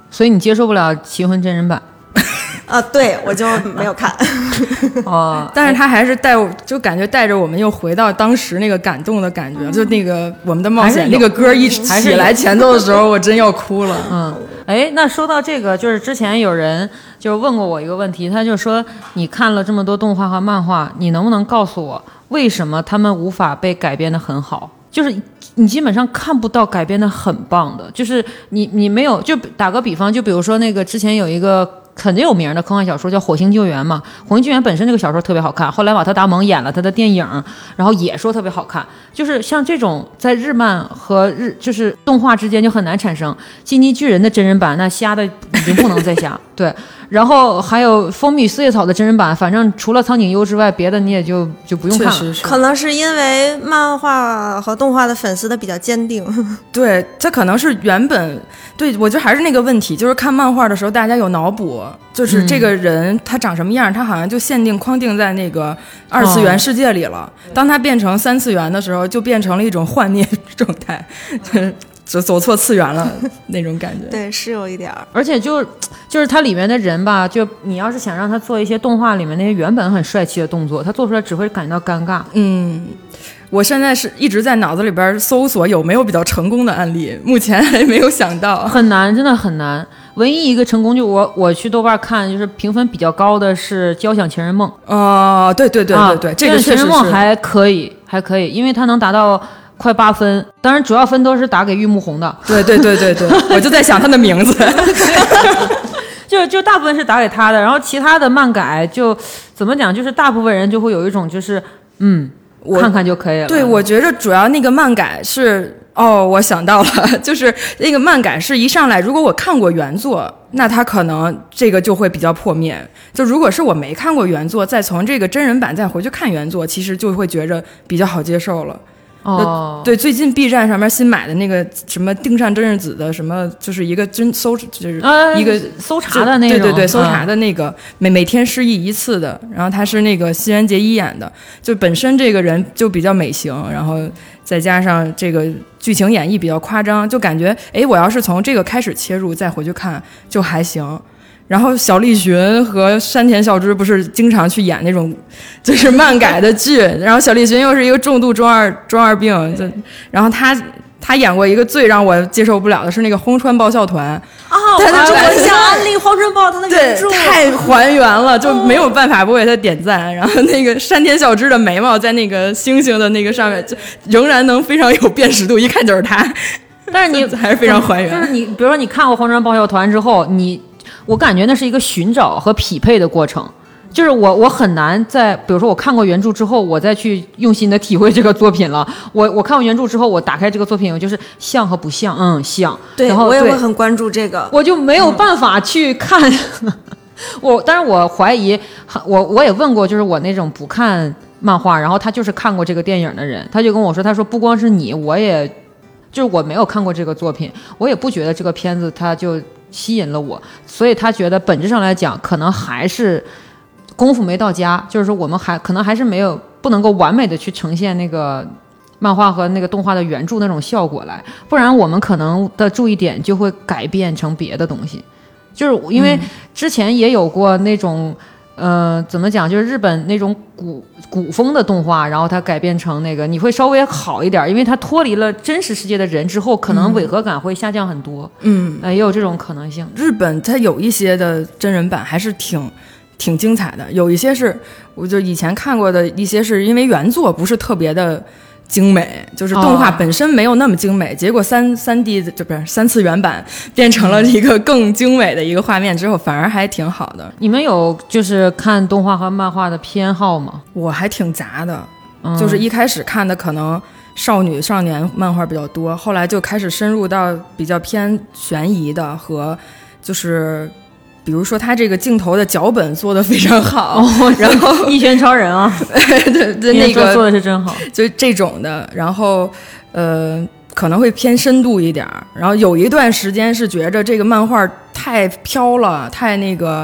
所以你接受不了《棋魂》真人版。 对，我就没有看。 但是他还是就感觉带着我们又回到当时那个感动的感觉，就那个我们的冒险那个歌一起来前奏的时候，我真要哭了。 那说到这个，就是之前有人就问过我一个问题，他就说你看了这么多动画和漫画，你能不能告诉我为什么他们无法被改编得很好？就是你基本上看不到改编得很棒的，就是你没有，就打个比方，就比如说那个之前有一个很有名的科幻小说叫《火星救援》嘛，《火星救援》本身这个小说特别好看，后来瓦特达蒙演了他的电影，然后也说特别好看。就是像这种在日漫和就是动画之间就很难产生。进击巨人的真人版那瞎的已经不能再瞎，对。然后还有风靡四叶草的真人版，反正除了苍井优之外，别的你也就不用看了。 可能是因为漫画和动画的粉丝的比较坚定。 对，这可能是原本对我觉得还是那个问题，就是看漫画的时候大家有脑补，就是这个人他长什么样，他好像就限定框定在那个二次元世界里了。当他变成三次元的时候，就变成了一种幻灭状态。就走错次元了那种感觉。 对，是有一点儿。 而且就是它里面的人吧，就你要是想让他做一些动画里面那些原本很帅气的动作，他做出来只会感觉到尴尬。 我现在是一直在脑子里边搜索有没有比较成功的案例，目前还没有想到。 很难，真的很难。唯一一个成功就我去豆瓣看，就是评分比较高的是《交响情人梦》。 对，这个确实是。 交响情人梦还可以，因为它能达到快8分，当然主要分都是打给玉木宏的。 对，我就在想他的名字。 就大部分是打给他的，然后其他的漫改就怎么讲，就是大部分人就会有一种就是看看就可以了。 对，我觉着主要那个漫改是我想到了，就是那个漫改是一上来，如果我看过原作，那他可能这个就会比较破灭。就如果是我没看过原作，再从这个真人版再回去看原作，其实就会觉着比较好接受了。对，最近 B 站上面新买的那个什么定善真日子的什么，就是一个就是一个搜查的那种， 对，搜查的那个每天失忆一次的，然后他是那个西园结衣演的，就本身这个人就比较美型，然后再加上这个剧情演绎比较夸张，就感觉我要是从这个开始切入再回去看就还行。然后小栗旬和山田孝之不是经常去演那种就是漫改的剧，然后小栗旬又是一个重度中二病，然后他演过一个最让我接受不了的是那个荒川爆笑团。 我想安利荒川爆他的原著， 太还原了，就没有办法不给他点赞。然后那个山田孝之的眉毛在那个星星的那个上面，就仍然能非常有辨识度，一看就是他。 但是你还是非常还原。 就是你，比如说你看过荒川爆笑团之后，我感觉那是一个寻找和匹配的过程，就是我很难在，比如说我看过原著之后，我再去用心的体会这个作品了。我看过原著之后，我打开这个作品，我就是像和不像，像。 对， 然后我也会很关注这个， 我就没有办法去看。当然我怀疑，我也问过，就是我那种不看漫画，然后他就是看过这个电影的人，他就跟我说，他说不光是你，就是我没有看过这个作品，我也不觉得这个片子它就吸引了我，所以他觉得本质上来讲，可能还是功夫没到家，就是说我们可能还是不能够完美的去呈现那个漫画和那个动画的原著那种效果来，不然我们可能的注意点就会改变成别的东西。就是因为之前也有过那种怎么讲，就是日本那种古风的动画，然后它改编成那个，你会稍微好一点，因为它脱离了真实世界的人之后，可能违和感会下降很多。也有这种可能性。 日本它有一些的真人版还是挺精彩的，有一些是我就以前看过的一些，是因为原作不是特别的精美，就是动画本身没有那么精美，结果3D 就不是3次元版变成了一个更精美的一个画面之后，反而还挺好的。 你们有就是看动画和漫画的偏好吗？ 我还挺杂的，就是一开始看的可能少女少年漫画比较多，后来就开始深入到比较偏悬疑的和就是比如说他这个镜头的脚本做得非常好，然后一拳超人啊， 对，那个做的是真好， 就这种的，然后可能会偏深度一点，然后有一段时间是觉着这个漫画太飘了，太那个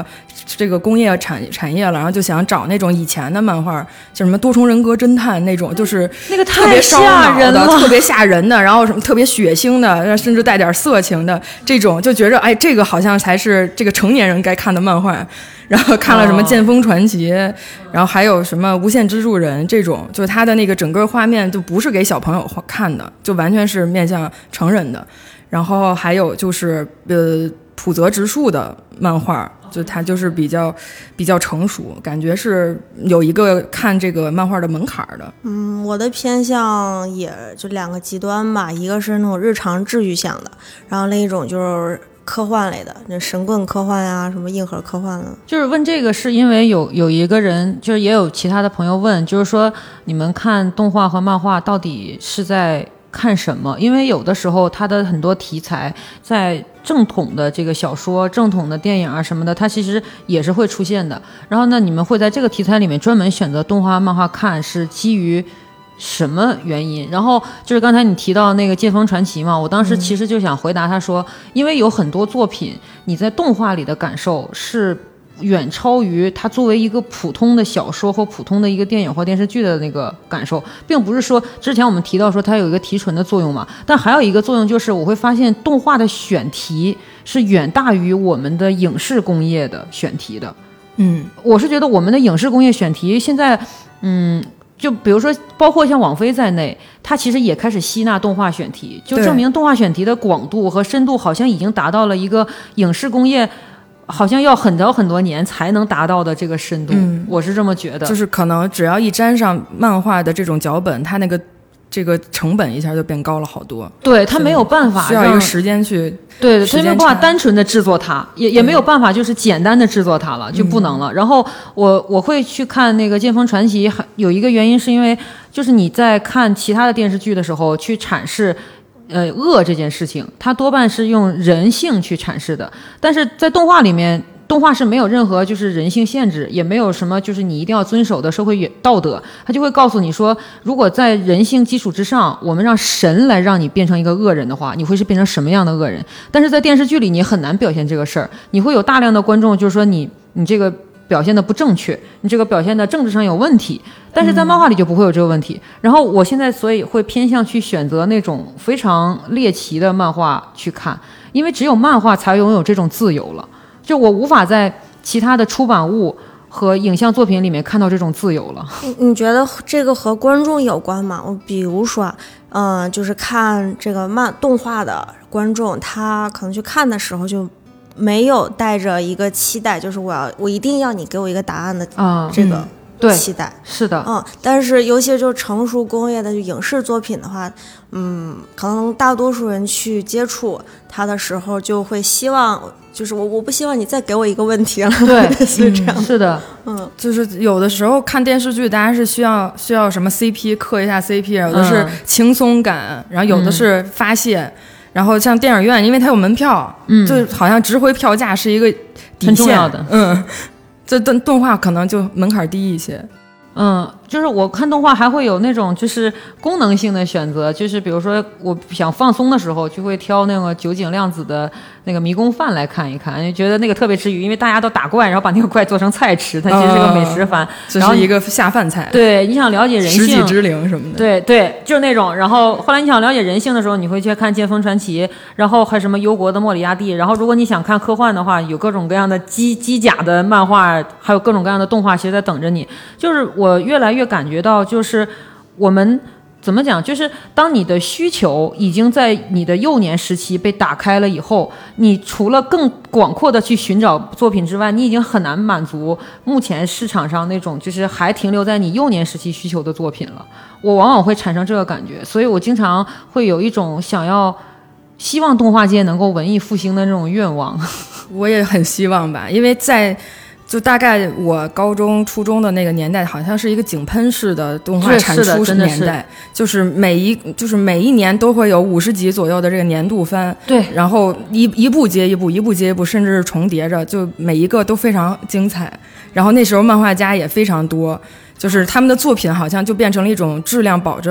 这个工业产业了，然后就想找那种以前的漫画，就什么多重人格侦探那种，就是那个特别烧脑的、特别吓人的，然后什么特别血腥的，甚至带点色情的这种，就觉着哎，这个好像才是这个成年人该看的漫画。然后看了什么《剑锋传奇》然后还有什么《无限蜘蛛人》这种，就它的那个整个画面就不是给小朋友看的，就完全是面向成人的。然后还有就是浦泽直树的漫画，就它就是比较成熟，感觉是有一个看这个漫画的门槛的。 我的偏向也就2个极端吧，一个是那种日常治愈向的，然后另一种就是科幻类的，那神棍科幻呀，什么硬核科幻的。 就是问这个是因为有一个人，就是也有其他的朋友问，就是说你们看动画和漫画到底是在看什么？因为有的时候它的很多题材在正统的这个小说、正统的电影啊什么的，它其实也是会出现的。然后呢，你们会在这个题材里面专门选择动画、漫画看，是基于什么原因？然后就是刚才你提到那个《剑锋传奇》嘛，我当时其实就想回答他说，因为有很多作品你在动画里的感受是远超于它作为一个普通的小说或普通的一个电影或电视剧的那个感受，并不是说之前我们提到说它有一个提纯的作用嘛，但还有一个作用就是我会发现动画的选题是远大于我们的影视工业的选题的。我是觉得我们的影视工业选题现在就比如说包括像网飞在内，它其实也开始吸纳动画选题，就证明动画选题的广度和深度好像已经达到了一个影视工业好像要很多年才能达到的这个深度。我是这么觉得， 就是可能只要一沾上漫画的这种脚本，它那个这个成本一下就变高了好多。 对，它没有办法需要一个时间去， 对，它没有办法单纯的制作它，也没有办法就是简单的制作它了，就不能了。然后我会去看那个《剑锋传奇》，有一个原因是因为就是你在看其他的电视剧的时候去阐释恶这件事情，它多半是用人性去阐释的，但是在动画里面，动画是没有任何就是人性限制，也没有什么就是你一定要遵守的社会道德，它就会告诉你说，如果在人性基础之上，我们让神来让你变成一个恶人的话，你会是变成什么样的恶人？但是在电视剧里你很难表现这个事儿，你会有大量的观众就是说你这个表现的不正确，你这个表现的政治上有问题，但是在漫画里就不会有这个问题。然后我现在所以会偏向去选择那种非常猎奇的漫画去看，因为只有漫画才拥有这种自由了，就我无法在其他的出版物和影像作品里面看到这种自由了。 你觉得这个和观众有关吗？我比如说就是看这个动画的观众，他可能去看的时候就没有带着一个期待，就是我一定要你给我一个答案的这个期待。 是的， 但是尤其就是成熟工业的影视作品的话，可能大多数人去接触它的时候，就会希望，就是我不希望你再给我一个问题了， 对， 是这样。 是的， 就是有的时候看电视剧，大家是需要什么 CP 磕一下 CP， 有的是轻松感，然后有的是发泄。然后像电影院，因为它有门票，就好像值回票价是一个底线， 很重要的。 这动画可能就门槛低一些。 就是我看动画还会有那种就是功能性的选择，就是比如说我想放松的时候，就会挑那个酒井亮子的那个迷宫饭来看一看，觉得那个特别治愈，因为大家都打怪，然后把那个怪做成菜吃，它其实是个美食番， 这是一个下饭菜。 对，你想了解人性， 十几之灵什么的。 对，就是那种。然后后来你想了解人性的时候，你会去看《剑锋传奇》，然后还有什么忧国的莫里亚蒂。然后如果你想看科幻的话，有各种各样的机甲的漫画，还有各种各样的动画，其实在等着你。就是我越来越感觉到，就是我们怎么讲，就是当你的需求已经在你的幼年时期被打开了以后，你除了更广阔的去寻找作品之外，你已经很难满足目前市场上那种就是还停留在你幼年时期需求的作品了。我往往会产生这个感觉，所以我经常会有一种希望动画界能够文艺复兴的那种愿望。 我也很希望吧，因为就大概我高中初中的那个年代，好像是一个井喷式的动画产出年代，就是每一年都会有50集左右的这个年度番， 对， 然后一部接一部，一部接一部，甚至是重叠着，就每一个都非常精彩。然后那时候漫画家也非常多，就是他们的作品好像就变成了一种质量保证，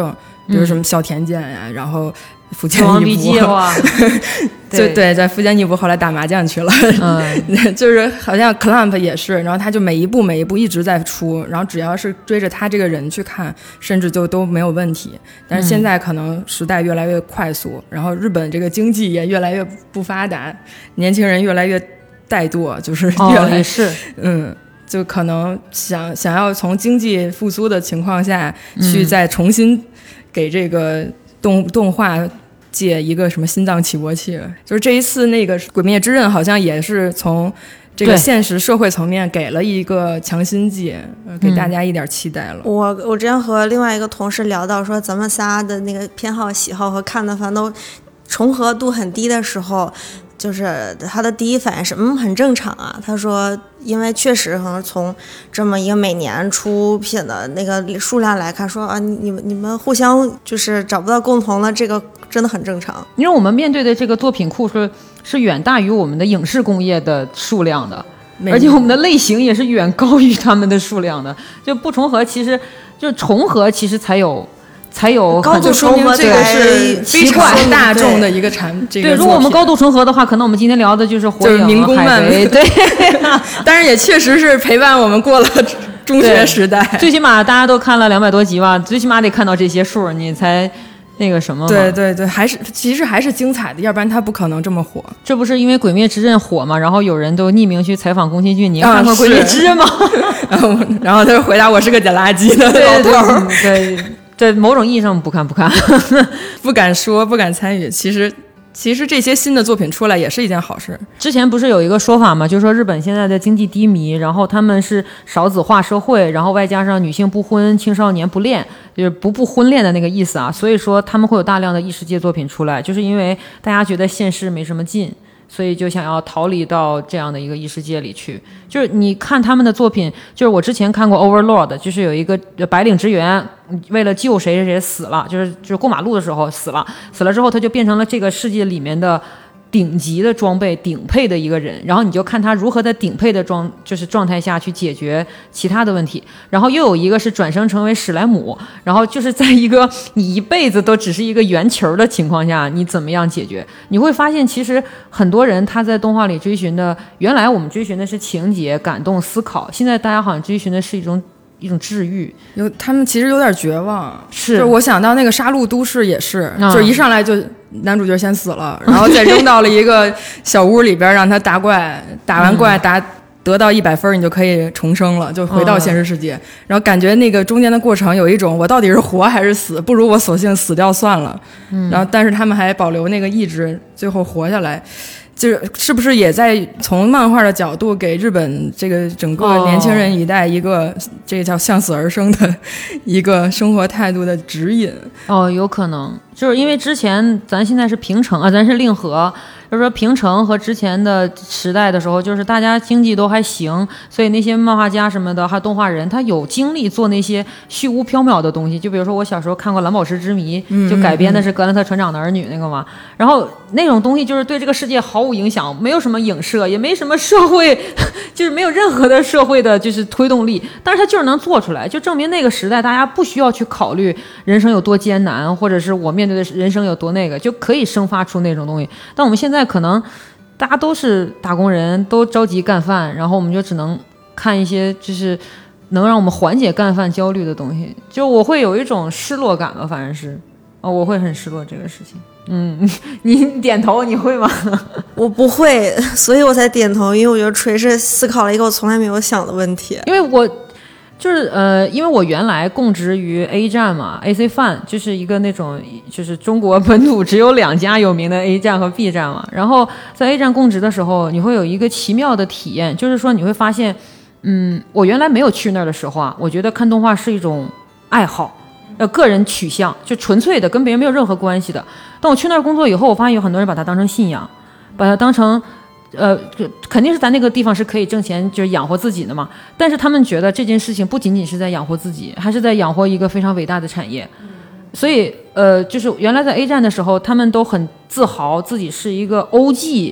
比如什么小田健呀，然后福建王一计划对，在福建一部后来打麻将去了，就是好像 Clamp 也是，然后他就每一部一直在出，然后只要是追着他这个人去看，甚至就都没有问题。但是现在可能时代越来越快速，然后日本这个经济也越来越不发达，年轻人越来越怠惰，就是越来是就可能想要从经济复苏的情况下去再重新给这个动画借一个什么心脏起搏器，就是这一次那个《鬼灭之刃》好像也是从这个现实社会层面给了一个强心剂，给大家一点期待了。 我之前和另外一个同事聊到说，咱们仨的那个偏好、喜好和看的反正都重合度很低的时候，就是他的第一反应是很正常啊。他说因为确实可能从这么一个每年出品的那个数量来看，说啊你们互相就是找不到共同的，这个真的很正常。 因为我们面对的这个作品库是远大于我们的影视工业的数量的，而且我们的类型也是远高于他们的数量的。就不重合，其实就重合，其实才有高度重合， 这个是非常大众的一个对，如果我们高度重合的话，可能我们今天聊的就是火影、 民工们， 对。 但是也确实是陪伴我们过了中学时代， 最起码大家都看了200多集吧，最起码得看到这些数，你才那个什么嘛。 对，其实还是精彩的，要不然它不可能这么火。 这不是因为《鬼灭之刃》火嘛？然后有人都匿名去采访宫崎骏，你看过《鬼灭之刃》吗？ 然后他就回答我是个捡垃圾的老头。 对。在某种意义上不看不敢说，不敢参与。其实这些新的作品出来也是一件好事。 之前不是有一个说法嘛，就是说日本现在的经济低迷，然后他们是少子化社会，然后外加上女性不婚，青少年不恋，就是不婚恋的那个意思啊。所以说他们会有大量的异世界作品出来，就是因为大家觉得现实没什么劲，所以就想要逃离到这样的一个异世界里去。就是你看他们的作品，就是我之前看过 Overlord， 就是有一个白领职员为了救谁死了，就是过马路的时候死了之后他就变成了这个世界里面的顶级的装备顶配的一个人，然后你就看他如何在顶配的状态下去解决其他的问题。然后又有一个是转生成为史莱姆，然后就是在一个你一辈子都只是一个圆球的情况下，你怎么样解决。你会发现其实很多人他在动画里追寻的，原来我们追寻的是情节感动思考，现在大家好像追寻的是一种治愈。 他们其实有点绝望。 是， 就我想到那个杀戮都市也是，就一上来就男主角先死了，然后再扔到了一个小屋里边让他打怪，打完怪得到100分，你就可以重生了，就回到现实世界。然后感觉那个中间的过程有一种我到底是活还是死，不如我索性死掉算了。然后但是他们还保留那个意志，最后活下来。是不是也在从漫画的角度给日本这个整个年轻人一代一个这个叫向死而生的一个生活态度的指引？ 有可能就是因为之前咱现在是平成啊，咱是令和，就是说平成和之前的时代的时候，就是大家经济都还行，所以那些漫画家什么的还有动画人，他有精力做那些虚无缥缈的东西。就比如说我小时候看过《蓝宝石之谜》，就改编的是格兰特船长的儿女那个嘛，然后那种东西就是对这个世界毫无影响，没有什么影射，也没什么社会，就是没有任何的社会的就是推动力，但是他就是能做出来，就证明那个时代大家不需要去考虑人生有多艰难，或者是我面对的人生有多那个，就可以生发出那种东西。但我们现在可能大家都是打工人，都着急干饭，然后我们就只能看一些就是能让我们缓解干饭焦虑的东西，就我会有一种失落感吧，反正是我会很失落这个事情。你点头，你会吗？ 我不会，所以我才点头，因为我觉得锤是思考了一个我从来没有想的问题。 因为我就是因为我原来供职于 A 站嘛 ，AC Fan 就是一个那种就是中国本土只有2家有名的 A 站和 B 站嘛。然后在 A 站供职的时候，你会有一个奇妙的体验，就是说你会发现，我原来没有去那儿的时候啊，我觉得看动画是一种爱好。个人取向，就纯粹的跟别人没有任何关系的。但我去那儿工作以后，我发现有很多人把它当成信仰，把它当成肯定是在那个地方是可以挣钱，就是养活自己的嘛。但是他们觉得这件事情不仅仅是在养活自己，还是在养活一个非常伟大的产业。所以就是原来在 A 站的时候，他们都很自豪自己是一个 OG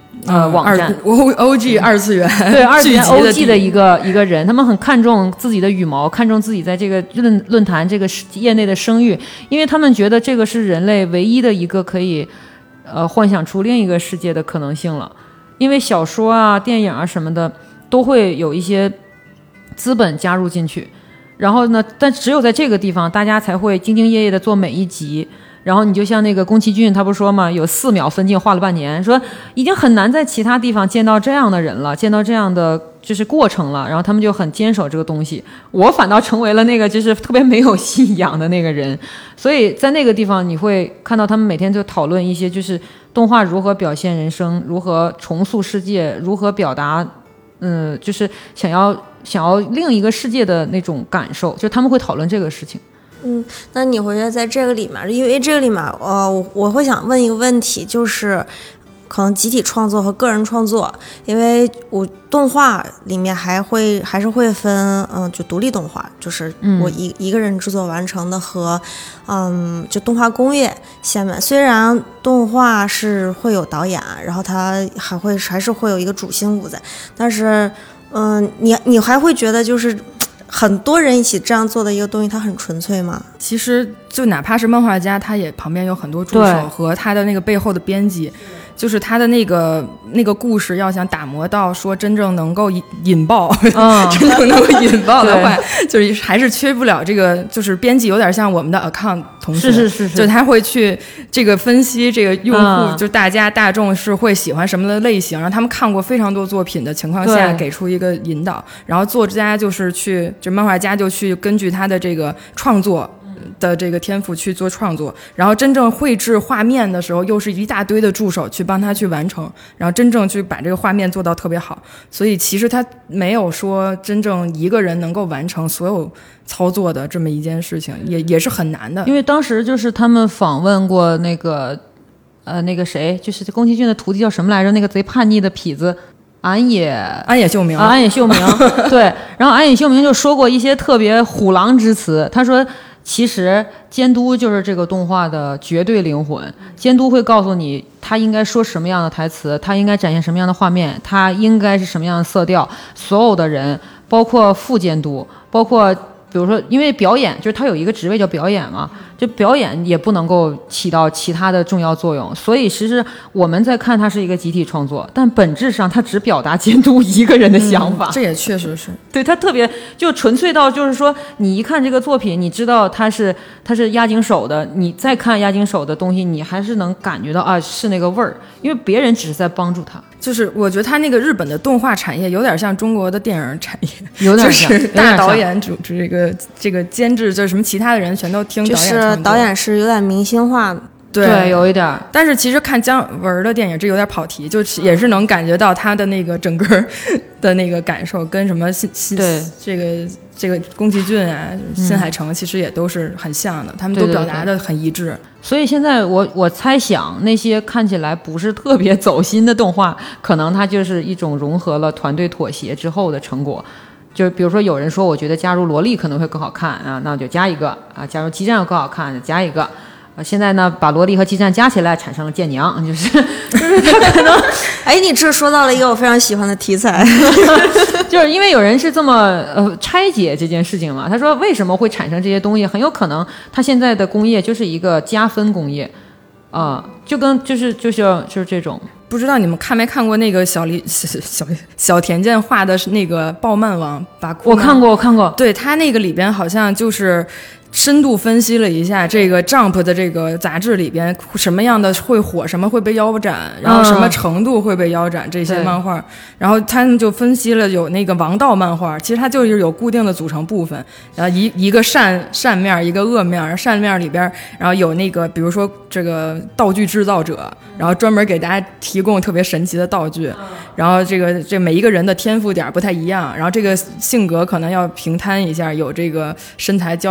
网站 OG 二次元对二次元聚集 OG 的一个人，他们很看重自己的羽毛，看重自己在这个论坛这个业内的声誉，因为他们觉得这个是人类唯一的一个可以幻想出另一个世界的可能性了。因为小说啊、电影啊什么的都会有一些资本加入进去，然后呢，但只有在这个地方，大家才会兢兢业业的做每一集。然后你就像那个宫崎骏，他不说嘛，有4秒分镜画了半年，说已经很难在其他地方见到这样的人了，见到这样的就是过程了。然后他们就很坚守这个东西，我反倒成为了那个就是特别没有信仰的那个人。所以在那个地方，你会看到他们每天就讨论一些就是动画如何表现人生，如何重塑世界，如何表达，就是想要另一个世界的那种感受，就他们会讨论这个事情。 那你会觉得在这个里面，因为这个里面，我会想问一个问题，就是可能集体创作和个人创作，因为我动画里面还是会分，就独立动画，就是我一个人制作完成的和，就动画工业下面，虽然动画是会有导演，然后它还是会有一个主心骨在，但是，你还会觉得就是很多人一起这样做的一个东西，它很纯粹吗？ 其实就哪怕是漫画家，他也旁边有很多助手和他的那个背后的编辑，就是他的那个故事要想打磨到说真正能够引爆，真正能够引爆的话，就是还是缺不了这个，就是编辑有点像我们的 account 同学，是，就他会去这个分析这个用户，就大众是会喜欢什么的类型，让他们看过非常多作品的情况下给出一个引导，然后作家就漫画家就去根据他的这个创作的这个天赋去做创作，然后真正绘制画面的时候又是一大堆的助手去帮他去完成，然后真正去把这个画面做到特别好，所以其实他没有说真正一个人能够完成所有操作的这么一件事情，也是很难的。 因为当时就是他们访问过那个谁，就是宫崎骏的徒弟叫什么来着，那个贼叛逆的痞子安野秀明，安野秀明对，然后安野秀明就说过一些特别虎狼之词，他说其实监督就是这个动画的绝对灵魂，监督会告诉你他应该说什么样的台词，他应该展现什么样的画面，他应该是什么样的色调，所有的人包括副监督，包括比如说因为表演就是他有一个职位叫表演嘛，就表演也不能够起到其他的重要作用，所以其实我们在看它是一个集体创作，但本质上它只表达监督一个人的想法， 这也确实是对，它特别就纯粹到就是说你一看这个作品，你知道它是押井守的，你再看押井守的东西，你还是能感觉到啊是那个味儿，因为别人只是在帮助他。 就是我觉得他那个日本的动画产业有点像中国的电影产业， 有点像， 就是大导演主持这个监制，就是什么其他的人全都听导演创作， 就是导演是有点明星化的。 对，有一点。但是其实看姜文的电影，这有点跑题，就也是能感觉到他的那个整个的那个感受，跟什么对这个宫崎骏啊、新海诚其实也都是很像的，他们都表达的很一致。 所以现在我猜想，那些看起来不是特别走心的动画，可能它就是一种融合了团队妥协之后的成果。就比如说有人说，我觉得加入萝莉可能会更好看啊，那我就加一个啊；加入激战更好看，就加一个。现在呢，把萝莉和激战加起来产生了剑娘，就是他可能， 哎，你这说到了一个我非常喜欢的题材， 就是因为有人是这么拆解这件事情嘛。他说为什么会产生这些东西？很有可能他现在的工业就是一个加分工业，就跟就是这种。 不知道你们看没看过那个小田健画的那个暴漫王把我看过， 对他那个里边好像就是深度分析了一下这个 Jump 的这个杂志里边什么样的会火，什么会被腰斩，然后什么程度会被腰斩这些漫画，然后他们就分析了有那个王道漫画，其实它就是有固定的组成部分，然后一个善面一个恶面，善面里边然后有那个比如说这个道具制造者，然后专门给大家提供特别神奇的道具，然后这每一个人的天赋点不太一样，然后这个性格可能要平摊一下，有这个身材姣好的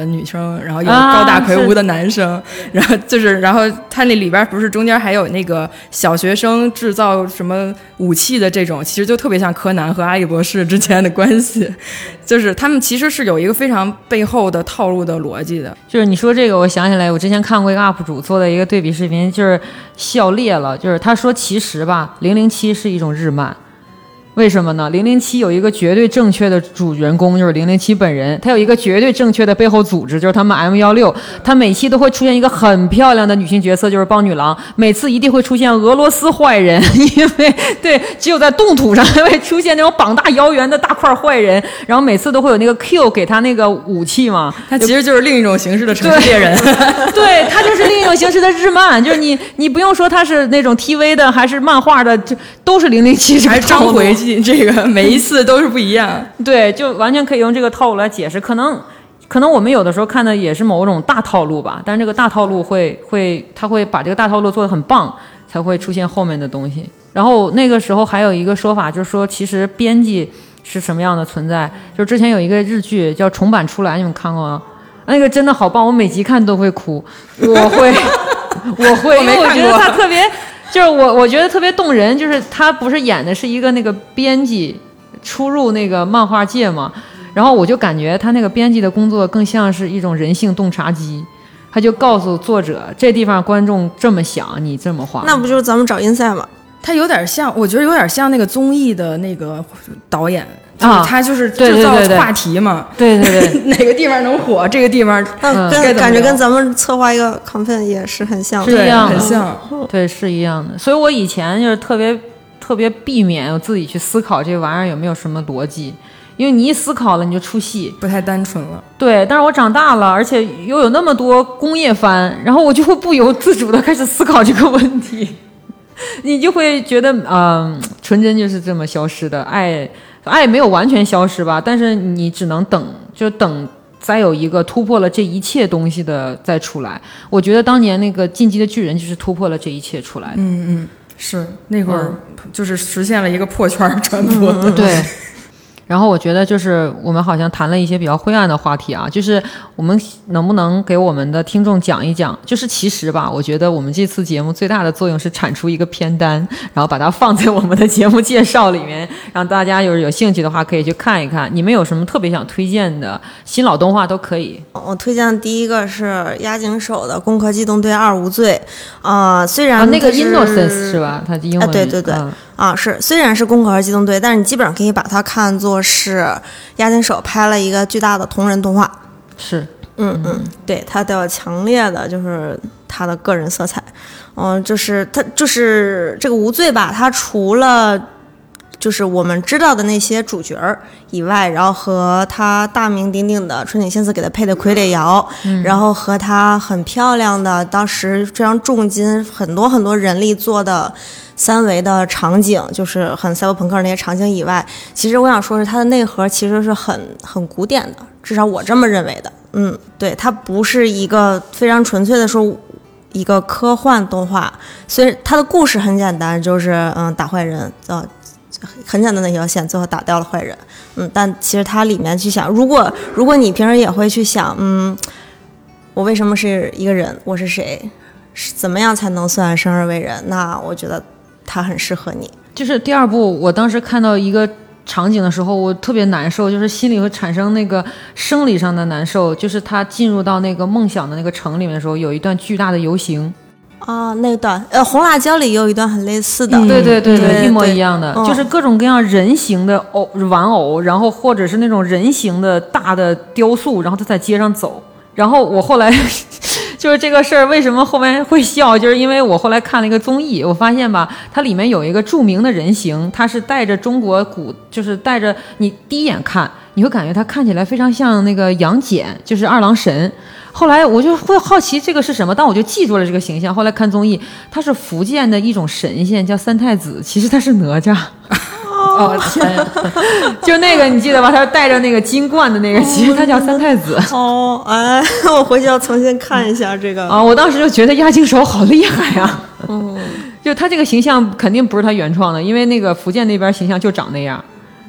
女生，然后有高大魁梧的男生，然后他那里边不是中间还有那个小学生制造什么武器的这种，其实就特别像柯南和阿笠博士之间的关系，就是他们其实是有一个非常背后的套路的逻辑的。 就是你说这个，我想起来，我之前看过一个 UP 主做的一个对比视频，就是笑裂了。就是他说，其实吧，007是一种日漫。为什么呢？007有一个绝对正确的主人公，就是007本人，他有一个绝对正确的背后组织，就是他们 M16，他每期都会出现一个很漂亮的女性角色，就是豹女郎，每次一定会出现俄罗斯坏人，因为对，只有在动土上才会出现那种膀大腰圆的大块坏人，然后每次都会有那个 Q 给他那个武器嘛， 他其实就是另一种形式的城市猎人， 对，他就是另一种形式的日漫，就是你不用说他是那种 TV 的还是漫画的，就都是007， 还章回这个每一次都是不一样。 对，就完全可以用这个套路来解释。可能我们有的时候看的也是某种大套路吧，但是这个大套路他会把这个大套路做得很棒，才会出现后面的东西。然后那个时候还有一个说法，就是说其实编辑是什么样的存在，就之前有一个日剧叫重版出来，你们看过吗？那个真的好棒，我每集看都会哭，我会因为我觉得他特别就是我觉得特别动人，就是他不是演的是一个那个编辑出入那个漫画界嘛，然后我就感觉他那个编辑的工作更像是一种人性洞察机，他就告诉作者这地方观众这么想，你这么画， 那不就是咱们找inside吗？ 他有点像，我觉得有点像那个综艺的那个导演。他就是制造话题嘛， 对， 哪个地方能火，这个地方感觉跟咱们策划一个 campaign 也是很像的， 是一样的， 很像， 对，是一样的。所以我以前就是特别避免我自己去思考这玩意儿有没有什么逻辑，因为你一思考了你就出戏， 不太单纯了。 对，但是我长大了，而且又有那么多工业番，然后我就会不由自主的开始思考这个问题，你就会觉得纯真就是这么消失的，爱没有完全消失吧，但是你只能等再有一个突破了这一切东西的再出来。我觉得当年那个进击的巨人就是突破了这一切出来的。 是那会儿就是实现了一个破圈传播。 对。然后我觉得就是我们好像谈了一些比较灰暗的话题啊，就是我们能不能给我们的听众讲一讲，就是其实吧，我觉得我们这次节目最大的作用是产出一个片单，然后把它放在我们的节目介绍里面，让大家有兴趣的话可以去看一看。你们有什么特别想推荐的新老动画都可以。 我推荐的第一个是押井守的《攻壳机动队2无罪》虽然那个 Innocence 是吧？它英文对是虽然是攻壳机动队，但是你基本上可以把它看作是押井守拍了一个巨大的同人动画。 是， 对，它带有强烈的就是他的个人色彩。就是他就是这个无罪吧，他除了就是我们知道的那些主角以外，然后和他大名鼎鼎的春井宪司给他配的傀儡摇，然后和他很漂亮的当时非常重金很多人力做的3维的场景，就是很赛博朋克那些场景以外，其实我想说是它的内核其实是很古典的，至少我这么认为的。对，它不是一个非常纯粹的说一个科幻动画，所以它的故事很简单，就是打坏人，很简单的一条线，最后打掉了坏人。但其实它里面去想，如果你平时也会去想，我为什么是一个人，我是谁，怎么样才能算生而为人，那我觉得它很适合你。 就是第二部，我当时看到一个场景的时候，我特别难受，就是心里会产生那个生理上的难受，就是他进入到那个梦想的那个城里面的时候，有一段巨大的游行。 那段红辣椒里也有一段很类似的， 对，一模一样的，就是各种各样人形的玩偶，然后或者是那种人形的大的雕塑，然后他在街上走。然后我后来就是这个事儿为什么后面会笑，就是因为我后来看了一个综艺，我发现吧，它里面有一个著名的人形，它是带着中国就是带着你第一眼看你会感觉它看起来非常像那个杨戬，就是二郎神。后来我就会好奇这个是什么，但我就记住了这个形象。后来看综艺，他是福建的一种神仙叫三太子，其实他是哪吒。天呀！就那个你记得吧？他带着那个金冠的那个，其实他叫三太子。 我回去要重新看一下这个。 我当时就觉得押井守好厉害呀。就他这个形象肯定不是他原创的，因为那个福建那边形象就长那样。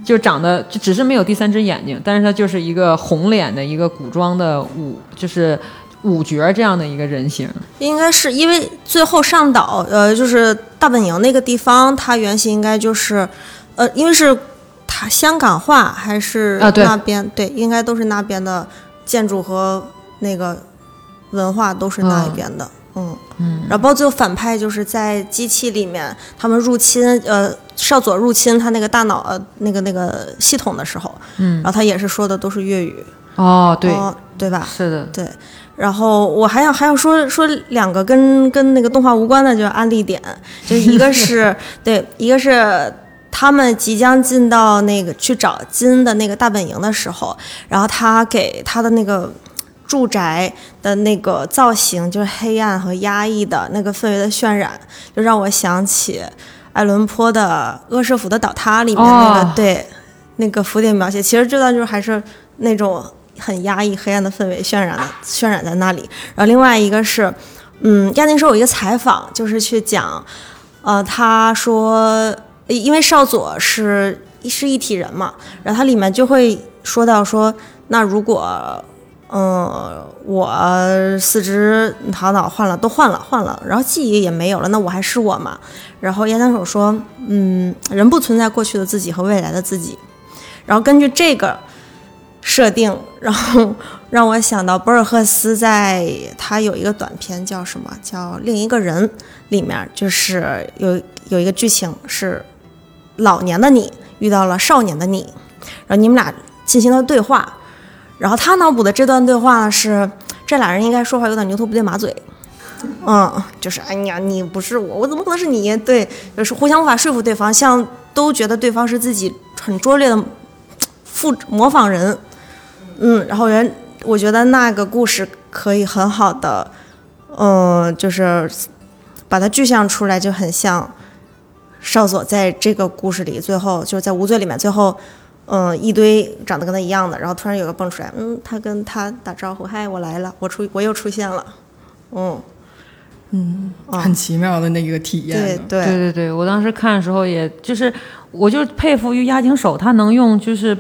就长得就只是没有第3只眼睛，但是他就是一个红脸的一个古装的就是武角这样的一个人形。 应该是因为最后上岛，就是大本营那个地方，它原型应该就是，因为是它香港话还是那边，对，应该都是那边的建筑和那个文化都是那一边的。然后包括最后反派就是在机器里面，他们入侵少佐入侵他那个大脑那个系统的时候，然后他也是说的都是粤语。 对， 对吧？ 是的， 对。然后我还想说2个跟那个动画无关的，就是案例点，就是一个是对，一个是他们即将进到那个去找金的那个大本营的时候，然后他给他的那个住宅的那个造型就是黑暗和压抑的那个氛围的渲染，就让我想起爱伦坡的《阿舍甫的倒塌》里面那个、对那个浮点描写，其实这段就是还是那种很压抑黑暗的氛围渲染在那里。然后另外一个是亚丁说有一个采访，就是去讲他说因为少佐是一体人嘛，然后他里面就会说到说，那如果我4肢头脑都换了，然后记忆也没有了，那我还是我嘛？然后亚当手说，人不存在过去的自己和未来的自己。然后根据这个设定，然后让我想到博尔赫斯在他有一个短片叫什么？叫《另一个人》里面，就是有一个剧情是老年的你遇到了少年的你，然后你们俩进行了对话。然后他脑补的这段对话呢是，这俩人应该说话有点牛头不对马嘴，就是哎呀你不是我怎么可能是你？对，就是互相无法说服对方，像都觉得对方是自己很拙劣的模仿人，然后我觉得那个故事可以很好的，就是把它具象出来，就很像少佐在这个故事里最后就是在无罪里面最后。一堆长得跟他一样的，然后突然有个蹦出来，他跟他打招呼，嗨，我来了，我又出现了， 很奇妙的那个体验。 对，我当时看的时候，也就是我就佩服于押井守，他能用就是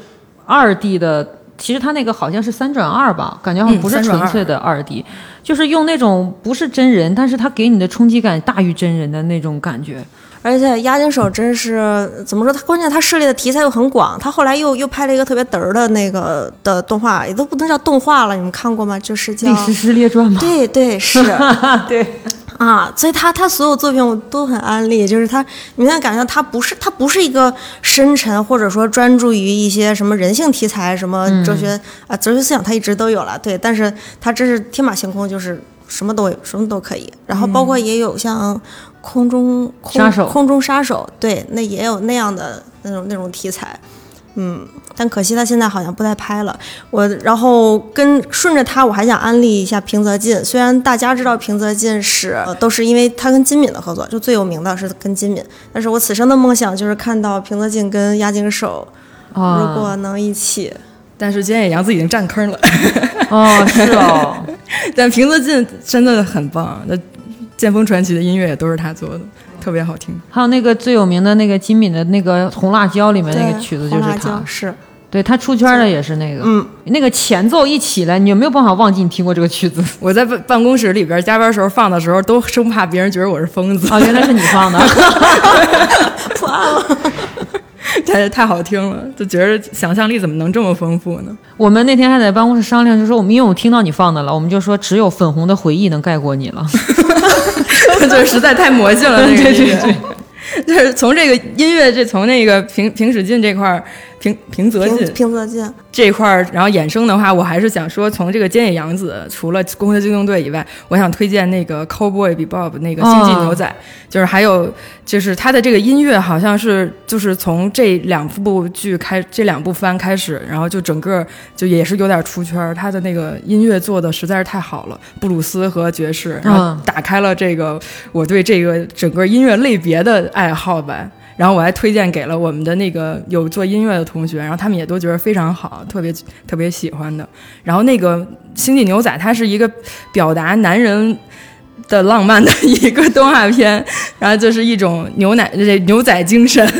2D 的，其实他那个好像是3:2吧，感觉好像不是纯粹的2D，就是用那种不是真人，但是他给你的冲击感大于真人的那种感觉。 而且押井守真是怎么说？他关键他涉猎的题材又很广。他后来又拍了一个特别嘚儿的那个的动画，也都不能叫动画了，你们看过吗？就是叫 《历史师列传》吗？ 对是， 对所以他所有作品我都很安利。就是他，你现在感觉他不是一个深沉或者说专注于一些什么人性题材、什么哲学哲学思想，他一直都有了。对，但是他真是天马行空，就是什么都可以。然后包括也有像。空中杀手，对，那也有那样的那种题材，但可惜他现在好像不太拍了。然后顺着他，我还想安利一下平泽进。虽然大家知道平泽进都是因为他跟金敏的合作，就最有名的是跟金敏，但是我此生的梦想就是看到平泽进跟押井守，如果能一起。 但是菅野洋子已经占坑了。 是哦。 但平泽进真的很棒。剑锋传奇的音乐也都是他做的，特别好听。 还有那个最有名的那个金敏的那个红辣椒里面那个曲子就是他， 是对他出圈的也是那个，那个前奏一起来，你有没有办法忘记你听过这个曲子？ 我在办公室里边加班时候放的时候，都生怕别人觉得我是疯子。 原来是你放的， 破案了。 太好听了，就觉得想象力怎么能这么丰富呢？ 我们那天还在办公室商量，就说因为我听到你放的了，我们就说只有粉红的回忆能盖过你了。 就实在太魔性了，那个音乐。 对。 就是从这个音乐，从那个平史进这块平泽进这块，然后衍生的话，我还是想说，从这个菅野洋子除了《攻壳机动队》以外，我想推荐那个 Cowboy Bebop 那个星际牛仔，就是还有就是他的这个音乐好像是就是从这2部剧这2部番开始，然后就整个就也是有点出圈，他的那个音乐做的实在是太好了，布鲁斯和爵士，然后打开了这个我对这个整个音乐类别的爱好吧。然后我还推荐给了我们的那个有做音乐的同学，然后他们也都觉得非常好，特别喜欢的。然后那个《星际牛仔》它是一个表达男人的浪漫的一个动画片，然后就是一种牛仔精神，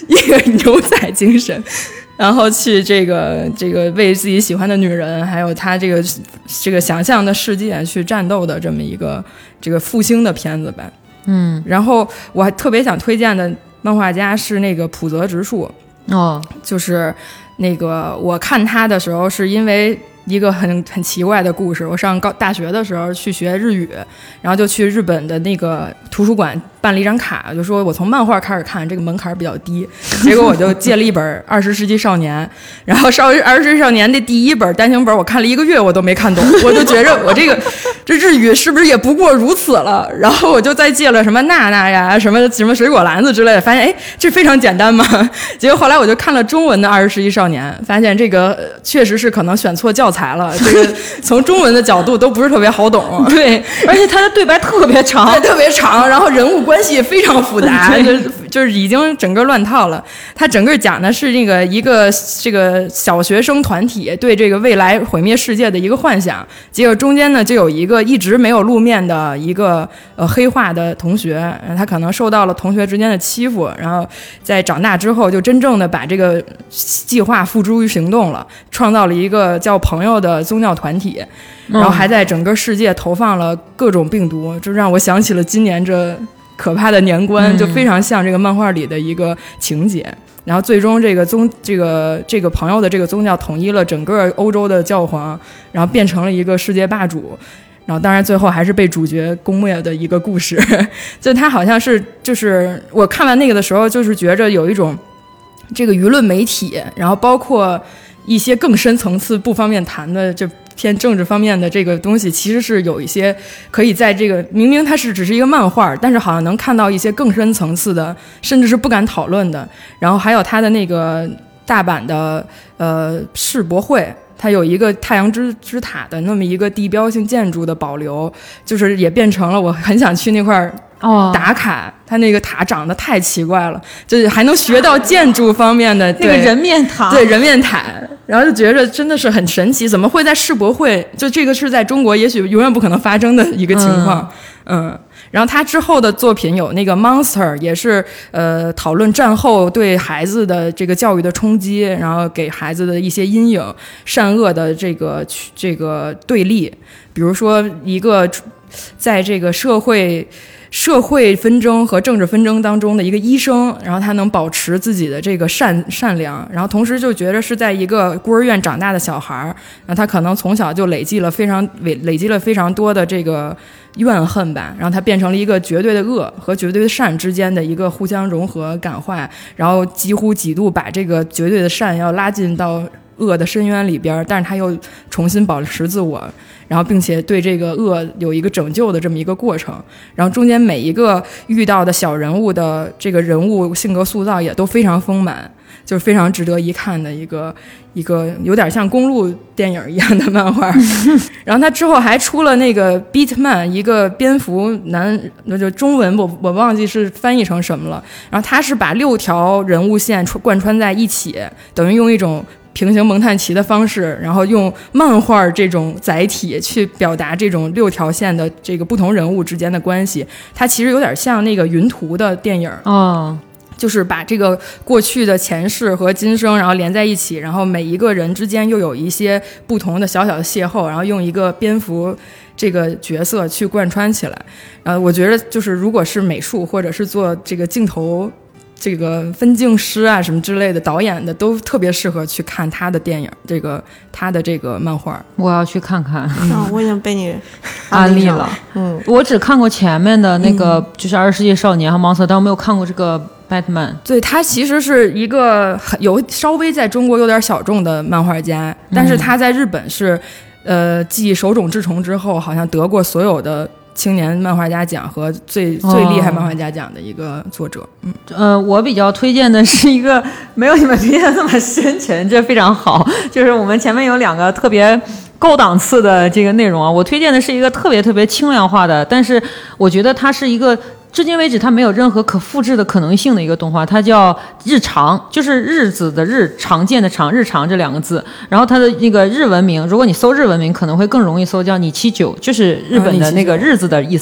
一个牛仔精神，然后去这个为自己喜欢的女人，还有他这个想象的世界去战斗的这么一个这个复兴的片子吧。然后我还特别想推荐的漫画家是那个浦泽直树。就是那个我看他的时候是因为一个很奇怪的故事。我上大学的时候去学日语，然后就去日本的那个图书馆办了一张卡，就说我从漫画开始看，这个门槛比较低。结果我就借了一本《20世纪少年》，然后20世纪少年的第一本单行本我看了1个月我都没看懂，我就觉着我这日语是不是也不过如此了？然后我就再借了什么娜娜呀、什么水果篮子之类的，发现这非常简单嘛。结果后来我就看了中文的《20世纪少年》，发现这个确实是可能选错教材了，这个从中文的角度都不是特别好懂。 对，而且他的对白特别长， 对，特别长，然后人物关系也非常复杂，就是已经整个乱套了。他整个讲的是一个这个小学生团体对这个未来毁灭世界的一个幻想，结果中间呢就有一个一直没有露面的一个黑化的同学，他可能受到了同学之间的欺负，然后在长大之后就真正的把这个计划付诸于行动了，创造了一个叫朋友的宗教团体，然后还在整个世界投放了各种病毒，就让我想起了今年这可怕的年关，就非常像这个漫画里的一个情节。然后最终这个朋友的这个宗教统一了整个欧洲的教皇，然后变成了一个世界霸主，然后当然最后还是被主角攻灭的一个故事。就他好像是就是我看完那个的时候，就是觉着有一种这个舆论媒体，然后包括一些更深层次不方便谈的就偏政治方面的这个东西，其实是有一些可以在这个明明它是只是一个漫画，但是好像能看到一些更深层次的，甚至是不敢讨论的。然后还有它的那个大阪的世博会，它有一个太阳之塔的那么一个地标性建筑的保留，就是也变成了我很想去那块打卡。它那个塔长得太奇怪了，就是还能学到建筑方面的那个人面塔， 对人面塔，然后就觉得真的是很神奇，怎么会在世博会？就这个是在中国也许永远不可能发生的一个情况。然后他之后的作品有那个 Monster， 也是讨论战后对孩子的这个教育的冲击，然后给孩子的一些阴影、善恶的这个对立。比如说一个在这个社会纷争和政治纷争当中的一个医生，然后他能保持自己的这个善良，然后同时就觉得是在一个孤儿院长大的小孩，然后他可能从小就累积了非常多的这个怨恨吧，然后他变成了一个绝对的恶和绝对的善之间的一个互相融合感化，然后几乎几度把这个绝对的善要拉进到恶的深渊里边，但是他又重新保持自我，然后并且对这个恶有一个拯救的这么一个过程，然后中间每一个遇到的小人物的这个人物性格塑造也都非常丰满，就是非常值得一看的一个有点像公路电影一样的漫画。然后他之后还出了那个 Beatman， 一个蝙蝠男，就中文我忘记是翻译成什么了，然后他是把6条人物线贯穿在一起，等于用一种平行蒙太奇的方式，然后用漫画这种载体去表达这种6条线的这个不同人物之间的关系。它其实有点像那个云图的电影就是把这个过去的前世和今生然后连在一起，然后每一个人之间又有一些不同的小小的邂逅，然后用一个蝙蝠这个角色去贯穿起来。我觉得就是如果是美术或者是做这个镜头这个分镜师啊什么之类的导演的，都特别适合去看他的电影，他的这个漫画。 我要去看看。 我已经被你安利了。我只看过前面的那个就是20世纪少年和 Monster， 但我没有看过这个 Batman。 对，他其实是一个稍微在中国有点小众的漫画家，但是他在日本是继手冢治虫之后好像得过所有的青年漫画家奖和最厉害漫画家奖的一个作者。 我比较推荐的是一个没有你们推荐的那么深沉，这非常好。就是我们前面有2个特别高档次的这个内容啊，我推荐的是一个特别特别轻量化的，但是我觉得它是一个至今为止它没有任何可复制的可能性的一个动画，它叫日常，就是日子的日，常见的常，日常这2个字。然后它的那个日文名，如果你搜日文名可能会更容易搜，叫你79，就是日本的那个日子的意思。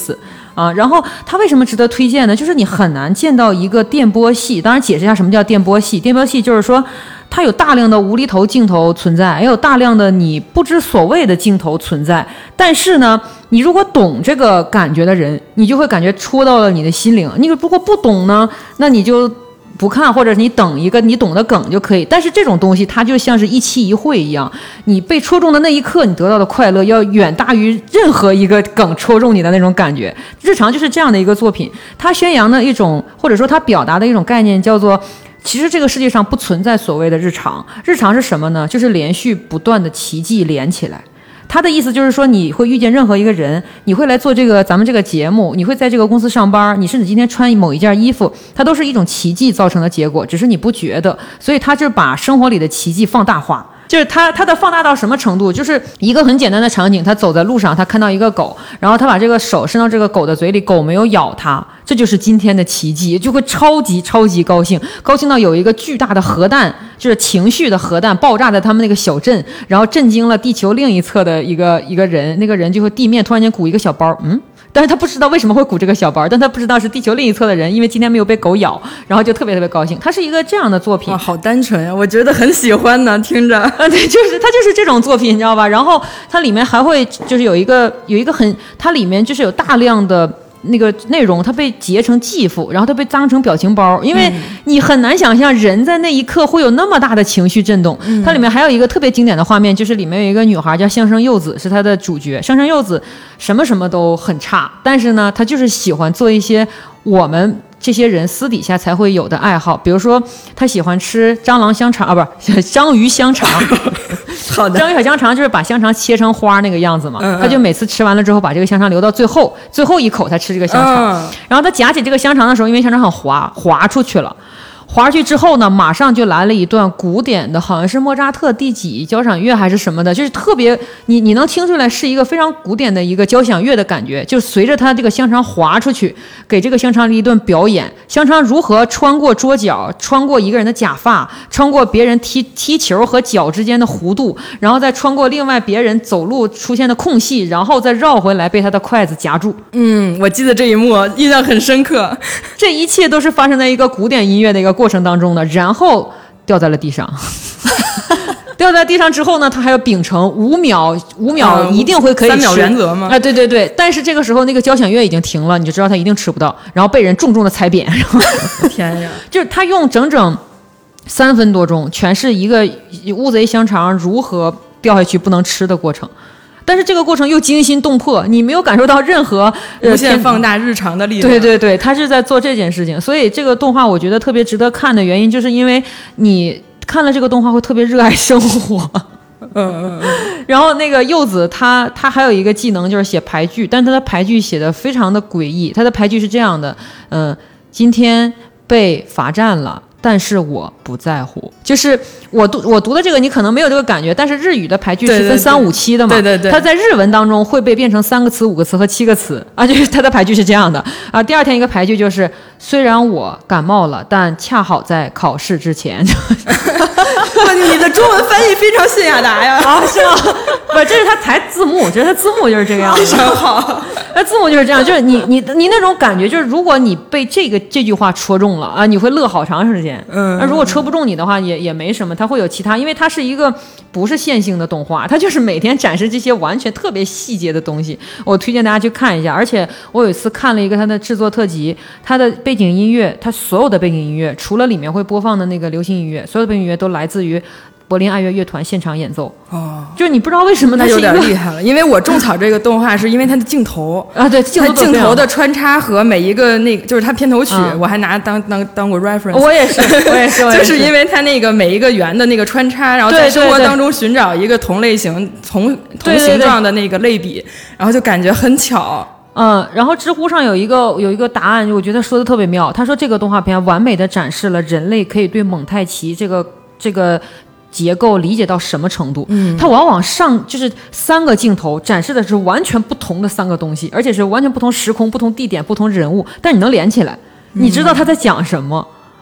啊。然后它为什么值得推荐呢？就是你很难见到一个电波系，当然解释一下什么叫电波系。电波系就是说它有大量的无厘头镜头存在，也有大量的你不知所谓的镜头存在。但是呢，你如果懂这个感觉的人，你就会感觉戳到了你的心灵。你如果不懂呢，那你就不看，或者你等一个你懂的梗就可以。但是这种东西它就像是一期一会一样，你被戳中的那一刻，你得到的快乐要远大于任何一个梗戳中你的那种感觉。日常就是这样的一个作品，它宣扬的一种，或者说它表达的一种概念叫做，其实这个世界上不存在所谓的日常。日常是什么呢？就是连续不断的奇迹连起来。他的意思就是说，你会遇见任何一个人，你会来做咱们这个节目，你会在这个公司上班，你甚至今天穿某一件衣服，它都是一种奇迹造成的结果，只是你不觉得。所以他就把生活里的奇迹放大化。就是他的放大到什么程度？就是一个很简单的场景，他走在路上，他看到一个狗，然后他把这个手伸到这个狗的嘴里，狗没有咬他，这就是今天的奇迹，就会超级高兴，高兴到有一个巨大的核弹，就是情绪的核弹爆炸在他们那个小镇，然后震惊了地球另一侧的一个人，那个人就会地面突然间鼓一个小包，但是他不知道为什么会鼓这个小包，但他不知道是地球另一侧的人，因为今天没有被狗咬，然后就特别高兴。它是一个这样的作品。 哇，好单纯呀，我觉得很喜欢呢，听着。 对，它就是这种作品，你知道吧？然后它里面还会就是有一个它里面就是有大量的那个内容，它被截成GIF，然后它被当成表情包，因为你很难想象人在那一刻会有那么大的情绪震动。它里面还有一个特别经典的画面，就是里面有一个女孩叫香生柚子，是她的主角。香生柚子什么都很差，但是呢，她就是喜欢做一些我们这些人私底下才会有的爱好，比如说他喜欢吃蟑螂香肠不是章鱼香肠。 好的， 章鱼小香肠就是把香肠切成花那个样子嘛，他就每次吃完了之后把这个香肠留到最后一口才吃这个香肠，然后他夹起这个香肠的时候，因为香肠很滑出去了。滑去之后呢，马上就来了一段古典的，好像是莫扎特第几交响乐还是什么的，就是特别你能听出来是一个非常古典的一个交响乐的感觉，就随着他这个香肠滑出去，给这个香肠一顿表演。香肠如何穿过桌角，穿过一个人的假发，穿过别人踢球和脚之间的弧度，然后再穿过另外别人走路出现的空隙，然后再绕回来被他的筷子夹住。 我记得这一幕印象很深刻。 这一切都是发生在一个古典音乐的一个过程当中的，然后掉在了地上。掉在地上之后呢，他还要秉承5秒一定会可以吃 3秒原则吗？ 对。但是这个时候那个交响乐已经停了，你就知道他一定吃不到，然后被人重重的踩扁。 天呀！ 就是他用整整3分多钟，全是一个乌贼香肠如何掉下去不能吃的过程。但是这个过程又惊心动魄，你没有感受到任何无限放大日常的力量。 对，他是在做这件事情。所以这个动画我觉得特别值得看的原因，就是因为你看了这个动画会特别热爱生活。然后那个柚子他还有一个技能就是写排句，但是他的排句写的非常的诡异。他的排句是这样的，今天被罚站了，但是我不在乎。就是我读的这个你可能没有这个感觉，但是日语的排句是分3、5期的嘛， 对， 它在日文当中会被变成3个词、5个词和7个词啊，就是它的排句是这样的啊。第二天一个排句就是虽然我感冒了，但恰好在考试之前。 你的中文翻译非常信雅达呀！ 啊，是吗？不，这是他抬字幕，这是他字幕就是这个样子。 非常好， 那字幕就是这样，就是你那种感觉，就是如果你被这句话戳中了啊，你会乐好长时间。那如果戳不中你的话，也没什么，它会有其他，因为它是一个不是线性的动画，它就是每天展示这些完全特别细节的东西。我推荐大家去看一下，而且我有一次看了一个它的制作特辑，它的背景音乐，它所有的背景音乐，除了里面会播放的那个流行音乐，所有的背景音乐都来自于柏林爱乐乐团现场演奏。就是你不知道为什么它有点厉害了，因为我种草这个动画是因为它的镜头啊，对， 镜头的穿插和每一个就是它片头曲，我还拿当过 reference。 我也是， 就是因为它那个每一个圆的那个穿插，然后在生活当中寻找一个同类型、同形状的那个类比，然后就感觉很巧。 然后知乎上有一个答案，我觉得说的特别妙。他说这个动画片完美的展示了人类可以对蒙太奇这个结构理解到什么程度。它往往就是3个镜头展示的是完全不同的3个东西，而且是完全不同时空、不同地点、不同人物，但你能连起来，你知道他在讲什么。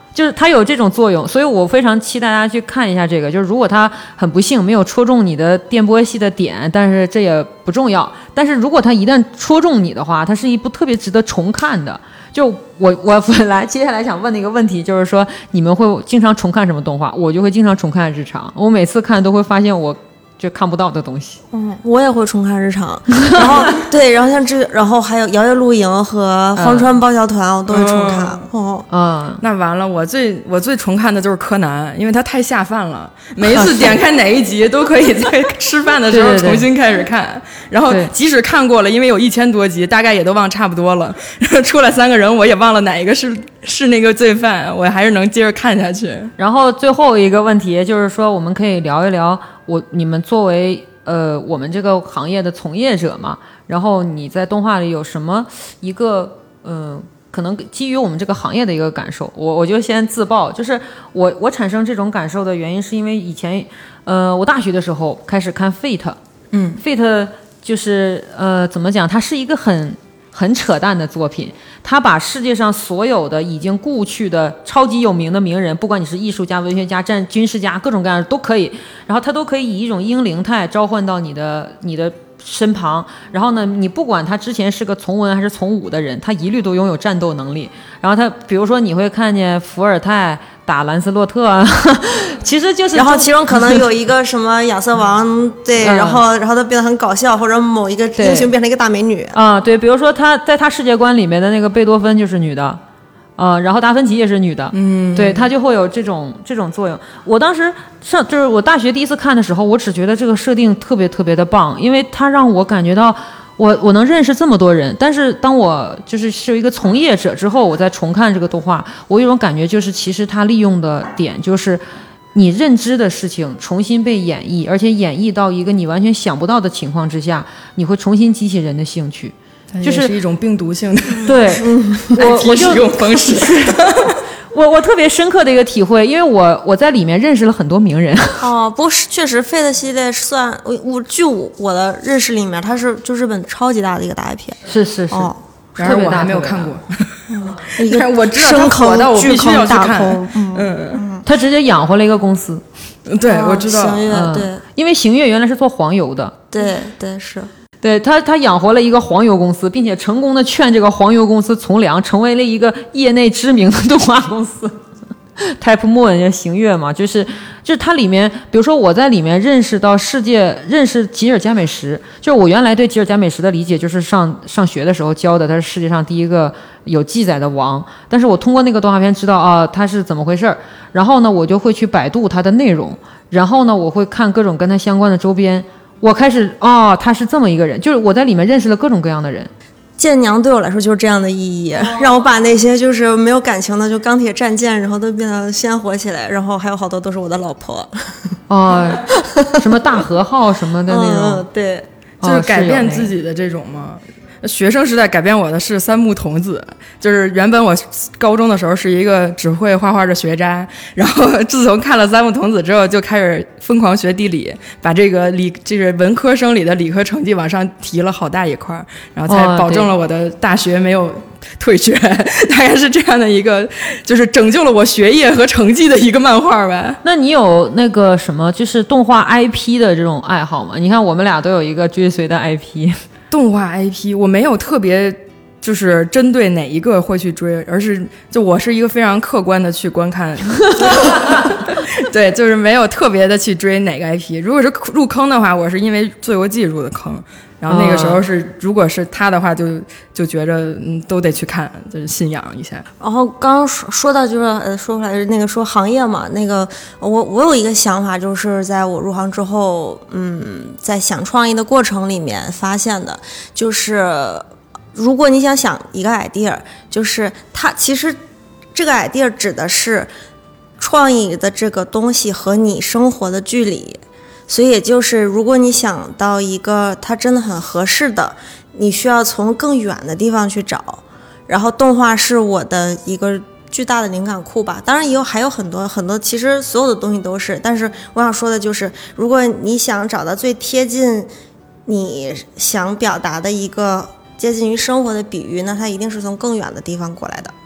就是它有这种作用，所以我非常期待大家去看一下这个。就是如果它很不幸没有戳中你的电波系的点，但是这也不重要。但是如果它一旦戳中你的话，它是一部特别值得重看的。就我本来接下来想问的一个问题就是说，你们会经常重看什么动画？我就会经常重看日常，我每次看都会发现我就看不到的东西。 我也会重看日常，然后对，然后像然后还有摇曳露营和荒川爆笑团，我都会重看。 那完了，我最重看的就是柯南，因为它太下饭了，每一次点开哪一集都可以在吃饭的时候重新开始看，然后即使看过了，因为有1000多集，大概也都忘差不多了，出来3个人我也忘了哪一个是那个罪犯，我还是能接着看下去。 然后最后一个问题就是说，我们可以聊一聊你们作为我们这个行业的从业者嘛，然后你在动画里有什么一个可能基于我们这个行业的一个感受？我就先自曝，就是我产生这种感受的原因是因为以前我大学的时候开始看 Fate，Fate 就是怎么讲，它是一个很扯淡的作品，他把世界上所有的已经故去的超级有名的名人，不管你是艺术家、文学家、军事家，各种各样的都可以，然后他都可以以一种英灵态召唤到你的身旁，然后呢，你不管他之前是个从文还是从武的人，他一律都拥有战斗能力。然后他比如说你会看见伏尔泰打兰斯洛特啊，其实就是然后其中可能有一个什么亚瑟王，对，然后他变得很搞笑，或者某一个英雄变成一个大美女啊，对，比如说他在他世界观里面的那个贝多芬就是女的。然后达芬奇也是女的，对，她就会有这种作用。我当时就是我大学第一次看的时候，我只觉得这个设定特别特别的棒，因为它让我感觉到我能认识这么多人。但是当我是一个从业者之后，我再重看这个动画，我有一种感觉，就是其实它利用的点就是你认知的事情重新被演绎，而且演绎到一个你完全想不到的情况之下，你会重新激起人的兴趣。 就是一种病毒性的对，我使用方式。 我特别深刻的一个体会，因为我在里面认识了很多名人。 不过确实 Fate 系列算据我的认识里面，它是就日本超级大的一个大 IP。 是， 然而我还没有看过。 但我知道它火到我必须要去看。 他直接养活了一个公司。 对，我知道。 行月对， 因为行月原来是做黄油的。 对是。 对他养活了一个黄油公司，并且成功的劝这个黄油公司从良，成为了一个业内知名的动画公司。Type Moon 行月嘛，就是它里面，比如说我在里面认识吉尔加美什，就是我原来对吉尔加美什的理解就是上学的时候教的，他是世界上第一个有记载的王，但是我通过那个动画片知道他是怎么回事，然后呢我就会去百度它的内容，然后呢我会看各种跟他相关的周边。我开始他是这么一个人，就是我在里面认识了各种各样的人。 剑娘对我来说就是这样的意义，让我把那些就是没有感情的，就钢铁战舰，然后都变得鲜活起来，然后还有好多都是我的老婆。 什么大和号什么的那种， 对， 就是改变自己的这种吗？学生时代改变我的是三木童子，就是原本我高中的时候是一个只会画画的学渣，然后自从看了三木童子之后，就开始疯狂学地理，把这个文科生里的理科成绩往上提了好大一块，然后才保证了我的大学没有退学，大概是这样的一个，就是拯救了我学业和成绩的一个漫画吧。 那你有那个什么，就是动画 IP 的这种爱好吗？你看我们俩都有一个追随的 IP。 动画 IP 我没有特别就是针对哪一个会去追，而是就我是一个非常客观的去观看对，就是没有特别的去追哪个 IP。 如果是入坑的话，我是因为做游记入的坑，然后那个时候是如果是他的话就觉着都得去看，就是信仰一下。 然后刚刚说到就是说回来那个说行业嘛，那个我有一个想法，就是在我入行之后在想创意的过程里面发现的，就是如果你想一个 idea， 就是它其实这个 idea 指的是创意的这个东西和你生活的距离，所以也就是如果你想到一个它真的很合适的，你需要从更远的地方去找，然后动画是我的一个巨大的灵感库吧。当然还有很多很多，其实所有的东西都是，但是我想说的就是如果你想找到最贴近你想表达的一个接近于生活的比喻，那它一定是从更远的地方过来的。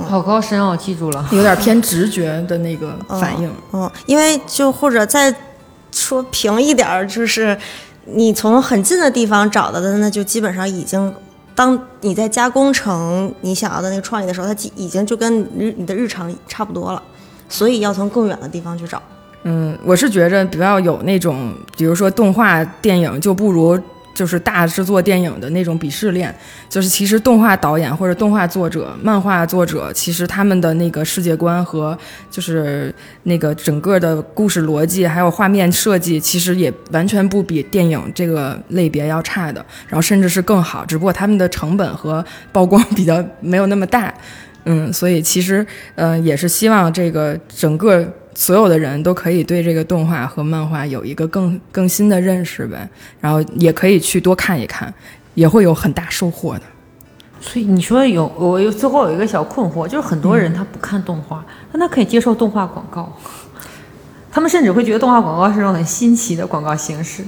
好高深哦，记住了， 有点偏直觉的那个反应。 因为就或者再说平一点，就是你从很近的地方找到的，那就基本上已经，当你在加工成你想要的那个创意的时候，它已经就跟你的日常差不多了，所以要从更远的地方去找。 我是觉着比较有那种，比如说动画电影就不如就是大制作电影的那种鄙视链，就是其实动画导演或者动画作者、漫画作者，其实他们的那个世界观和就是那个整个的故事逻辑还有画面设计，其实也完全不比电影这个类别要差的，然后甚至是更好，只不过他们的成本和曝光比较没有那么大。所以其实也是希望这个整个所有的人都可以对这个动画和漫画有一个更新的认识呗，然后也可以去多看一看，也会有很大收获的。 所以你说我最后有一个小困惑，就是很多人他不看动画，但他可以接受动画广告，他们甚至会觉得动画广告是一种很新奇的广告形式。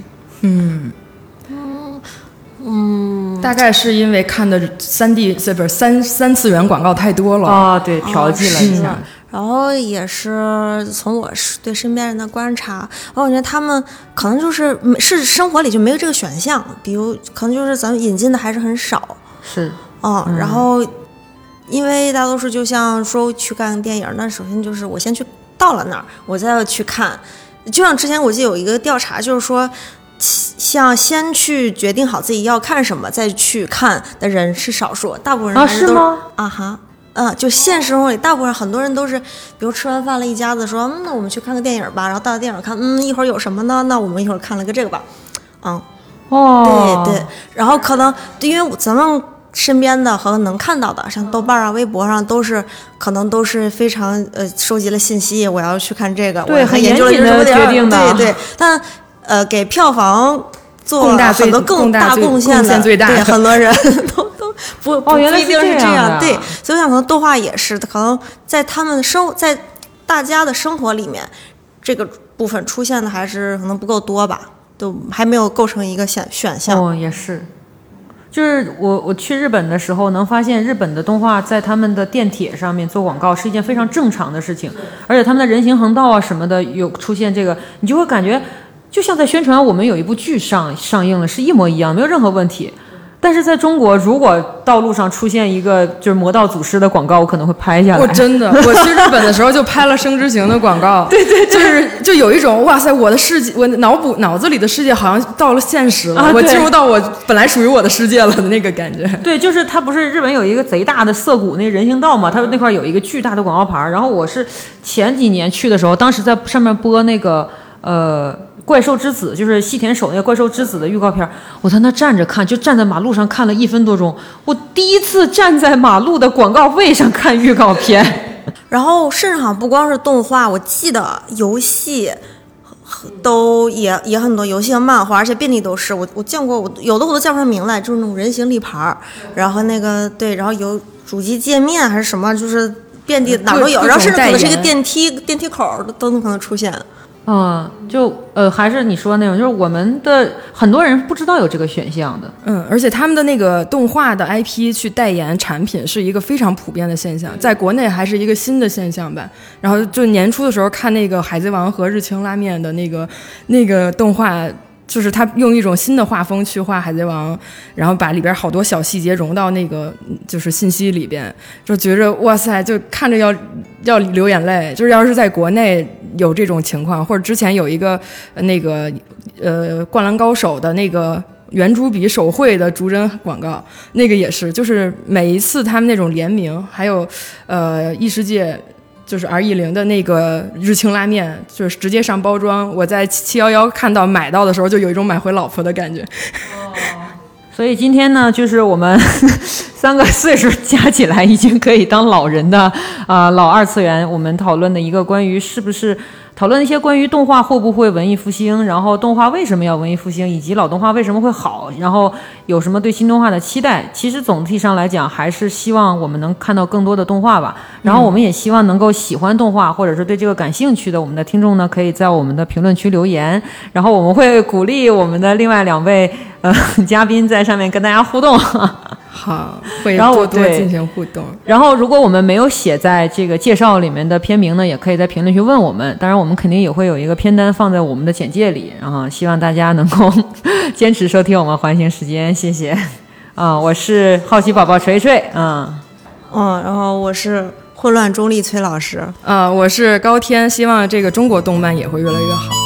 大概是因为看的3D 不是三次元广告太多了对，调剂了一下。 然后也是从我对身边人的观察，我感觉他们可能就是生活里就没有这个选项，比如可能就是咱们引进的还是很少， 是然后因为大多数就像说去看电影，那首先就是我先去到了那儿，我再要去看。就像之前我记得有一个调查，就是说像先去决定好自己要看什么再去看的人是少数，大部分人还是都是吗？ 就现实生活里大部分很多人都是，比如吃完饭了，一家子说，那我们去看个电影吧，然后到了电影看，一会儿有什么呢？那我们一会儿看了个这个吧，对，然后可能因为咱们身边的和能看到的，像豆瓣啊、微博上可能都是非常收集了信息，我要去看这个， 对， 我研究了很严谨的决定的， 对，但给票房做很多更大贡献的， 最大对，很多人都不原来一定是这样，对，所以我想可能动画也是，可能在他们在大家的生活里面，这个部分出现的还是可能不够多吧，都还没有构成一个选项。 也是，就是我去日本的时候，能发现日本的动画在他们的电铁上面做广告是一件非常正常的事情，而且他们的人行横道啊什么的有出现这个，你就会感觉就像在宣传我们有一部剧上映了，是一模一样，没有任何问题。但是在中国，如果道路上出现一个就是魔道祖师的广告，我可能会拍下来。 真的，我去日本的时候就拍了生之行的广告，对，就有一种哇塞，我的世界，我脑子里的世界好像到了现实了，我进入到我本来属于我的世界了的那个感觉。 对，就是它不是日本有一个贼大的涩谷那人行道嘛，它那块有一个巨大的广告牌，然后我是前几年去的时候，当时在上面播那个怪兽之子，就是细田守那个怪兽之子的预告片，我在那站着看，就站在马路上看了1分多钟。我第一次站在马路的广告位上看预告片。 然后甚至好像不光是动画，我记得游戏都也很多，游戏和漫画，而且遍地都是。我见过，有的我都叫不上名来，就是那种人形立牌，然后对，然后有主机界面还是什么，就是遍地哪都有，然后甚至可能是一个电梯口都可能出现。 还是你说那种，就是我们的很多人不知道有这个选项的。 而且他们的那个动画的 IP 去代言产品是一个非常普遍的现象，在国内还是一个新的现象吧。然后就年初的时候看那个海贼王和日清拉面的那个动画，就是他用一种新的画风去画海贼王，然后把里边好多小细节融到那个就是信息里边，就觉着哇塞，就看着要流眼泪。就是要是在国内有这种情况，或者之前有一个灌篮高手的那个圆珠笔手绘的逐帧广告，那个也是，就是每一次他们那种联名，还有异世界就是 RE0的那个日清拉面，就是直接上包装，我在711看到买到的时候就有一种买回老婆的感觉。 所以今天呢，就是我们3个岁数加起来已经可以当老人的老二次元，我们讨论的一个关于是不是讨论一些关于动画会不会文艺复兴，然后动画为什么要文艺复兴，以及老动画为什么会好，然后有什么对新动画的期待。其实总体上来讲，还是希望我们能看到更多的动画吧。然后我们也希望能够喜欢动画或者是对这个感兴趣的我们的听众呢，可以在我们的评论区留言，然后我们会鼓励我们的另外2位嘉宾在上面跟大家互动。 好，会然后多多进行互动。 然后如果我们没有写在这个介绍里面的片名呢，也可以在评论区问我们，当然我们肯定也会有一个片单放在我们的简介里，然后希望大家能够坚持收听我们环形时间，谢谢。我是好奇宝宝锤锤，然后我是混乱中立崔老师， 我是高天，希望这个中国动漫也会越来越好。